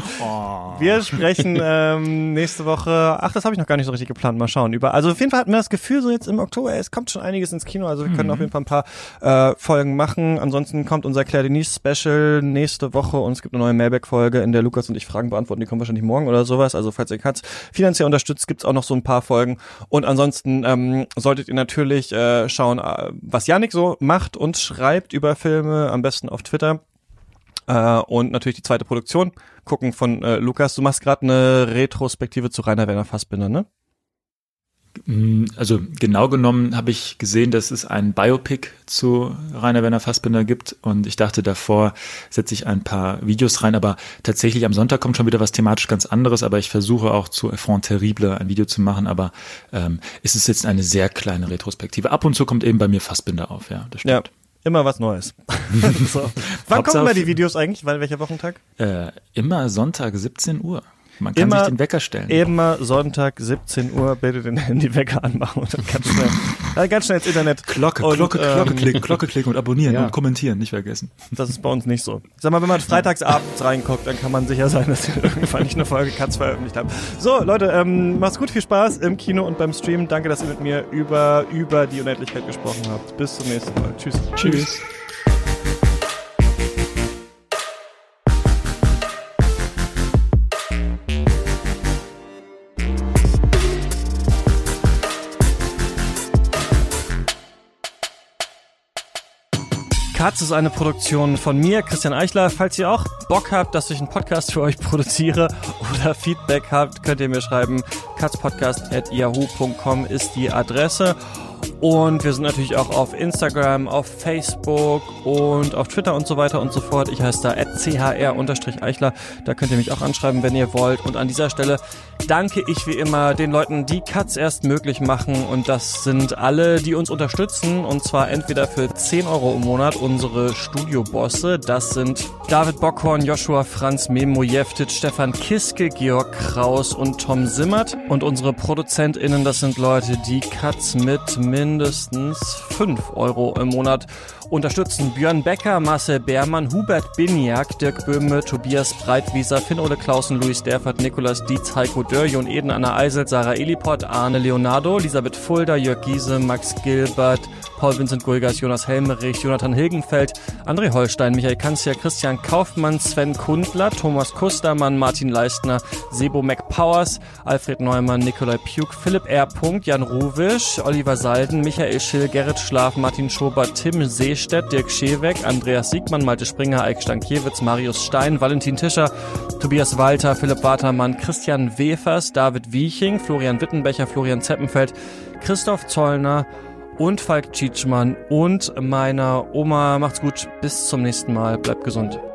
oh. Wir sprechen ähm, nächste Woche, ach, das habe ich noch gar nicht so richtig geplant, mal schauen. Über, also auf jeden Fall hatten wir das Gefühl, so jetzt im Oktober, es kommt schon einiges ins Kino, also wir können mhm. auf jeden Fall ein paar äh, Folgen machen. Ansonsten kommt unser Claire Denise Special nächste Woche und es gibt eine neue Mailback-Folge, in der Lukas und ich Fragen beantworten, die kommen wahrscheinlich morgen oder sowas, also falls ihr Katz finanziell unterstützt, gibt's auch noch so ein paar Folgen. Und ansonsten ähm, solltet ihr natürlich äh, schauen, äh, was Yannick so macht und schreibt über Filme, am besten auf Twitter. Äh, und natürlich die zweite Produktion gucken von äh, Lukas. Du machst gerade eine Retrospektive zu Rainer Werner Fassbinder, ne? Also genau genommen habe ich gesehen, dass es ein Biopic zu Rainer Werner Fassbinder gibt und ich dachte, davor setze ich ein paar Videos rein, aber tatsächlich am Sonntag kommt schon wieder was thematisch ganz anderes, aber ich versuche auch zu Enfant Terrible ein Video zu machen, aber ähm, es ist jetzt eine sehr kleine Retrospektive. Ab und zu kommt eben bei mir Fassbinder auf, ja, das stimmt. Ja. Immer was Neues. so. Wann kommen mal die Videos eigentlich? Weil welcher Wochentag? Äh, immer Sonntag siebzehn Uhr. Man kann immer, sich den Wecker stellen. Immer Sonntag siebzehn Uhr bitte den Handywecker anmachen und dann ganz schnell, äh, ganz schnell ins Internet. Glocke, und, Glocke, ähm, Glocke klicken, Glocke klicken und abonnieren ja. und kommentieren, nicht vergessen. Das ist bei uns nicht so. Sag mal, wenn man freitags abends reinguckt, dann kann man sicher sein, dass wir irgendwann nicht eine Folge Katz veröffentlicht haben. So, Leute, ähm, macht's gut, viel Spaß im Kino und beim Stream. Danke, dass ihr mit mir über, über die Unendlichkeit gesprochen habt. Bis zum nächsten Mal. Tschüss. Tschüss. Katz ist eine Produktion von mir, Christian Eichler. Falls ihr auch Bock habt, dass ich einen Podcast für euch produziere oder Feedback habt, könnt ihr mir schreiben. katzpodcast at yahoo punkt com ist die Adresse. Und wir sind natürlich auch auf Instagram, auf Facebook und auf Twitter und so weiter und so fort. Ich heiße da at c h r eichler. Da könnt ihr mich auch anschreiben, wenn ihr wollt. Und an dieser Stelle danke ich wie immer den Leuten, die Katz erst möglich machen. Und das sind alle, die uns unterstützen. Und zwar entweder für zehn Euro im Monat unsere Studiobosse. Das sind David Bockhorn, Joshua Franz, Memo Jeftic, Stefan Kiske, Georg Kraus und Tom Simmert. Und unsere ProduzentInnen, das sind Leute, die Katz mit mindestens fünf Euro im Monat unterstützen. Björn Becker, Marcel Beermann, Hubert Biniak, Dirk Böhme, Tobias Breitwieser, Finn-Ole Clausen, Luis Derfert, Nikolas Dietz, Heiko Dörr, Jon Eden, Anna Eisel, Sarah Eliport, Arne Leonardo, Elisabeth Fulda, Jörg Giese, Max Gilbert, Paul Vincent Gulgas, Jonas Helmerich, Jonathan Hilgenfeld, André Holstein, Michael Kanzia, Christian Kaufmann, Sven Kundler, Thomas Kustermann, Martin Leistner, Sebo McPowers, Alfred Neumann, Nikolai Puk, Philipp R. Jan Ruwisch, Oliver Salden, Michael Schill, Gerrit Schlaf, Martin Schobert, Tim Seestedt, Dirk Scheweck, Andreas Siegmann, Malte Springer, Eik Stankiewicz, Marius Stein, Valentin Tischer, Tobias Walter, Philipp Watermann, Christian Wefers, David Wieching, Florian Wittenbecher, Florian Zeppenfeld, Christoph Zollner und Falk Tschitschmann und meiner Oma. Macht's gut, bis zum nächsten Mal, bleibt gesund.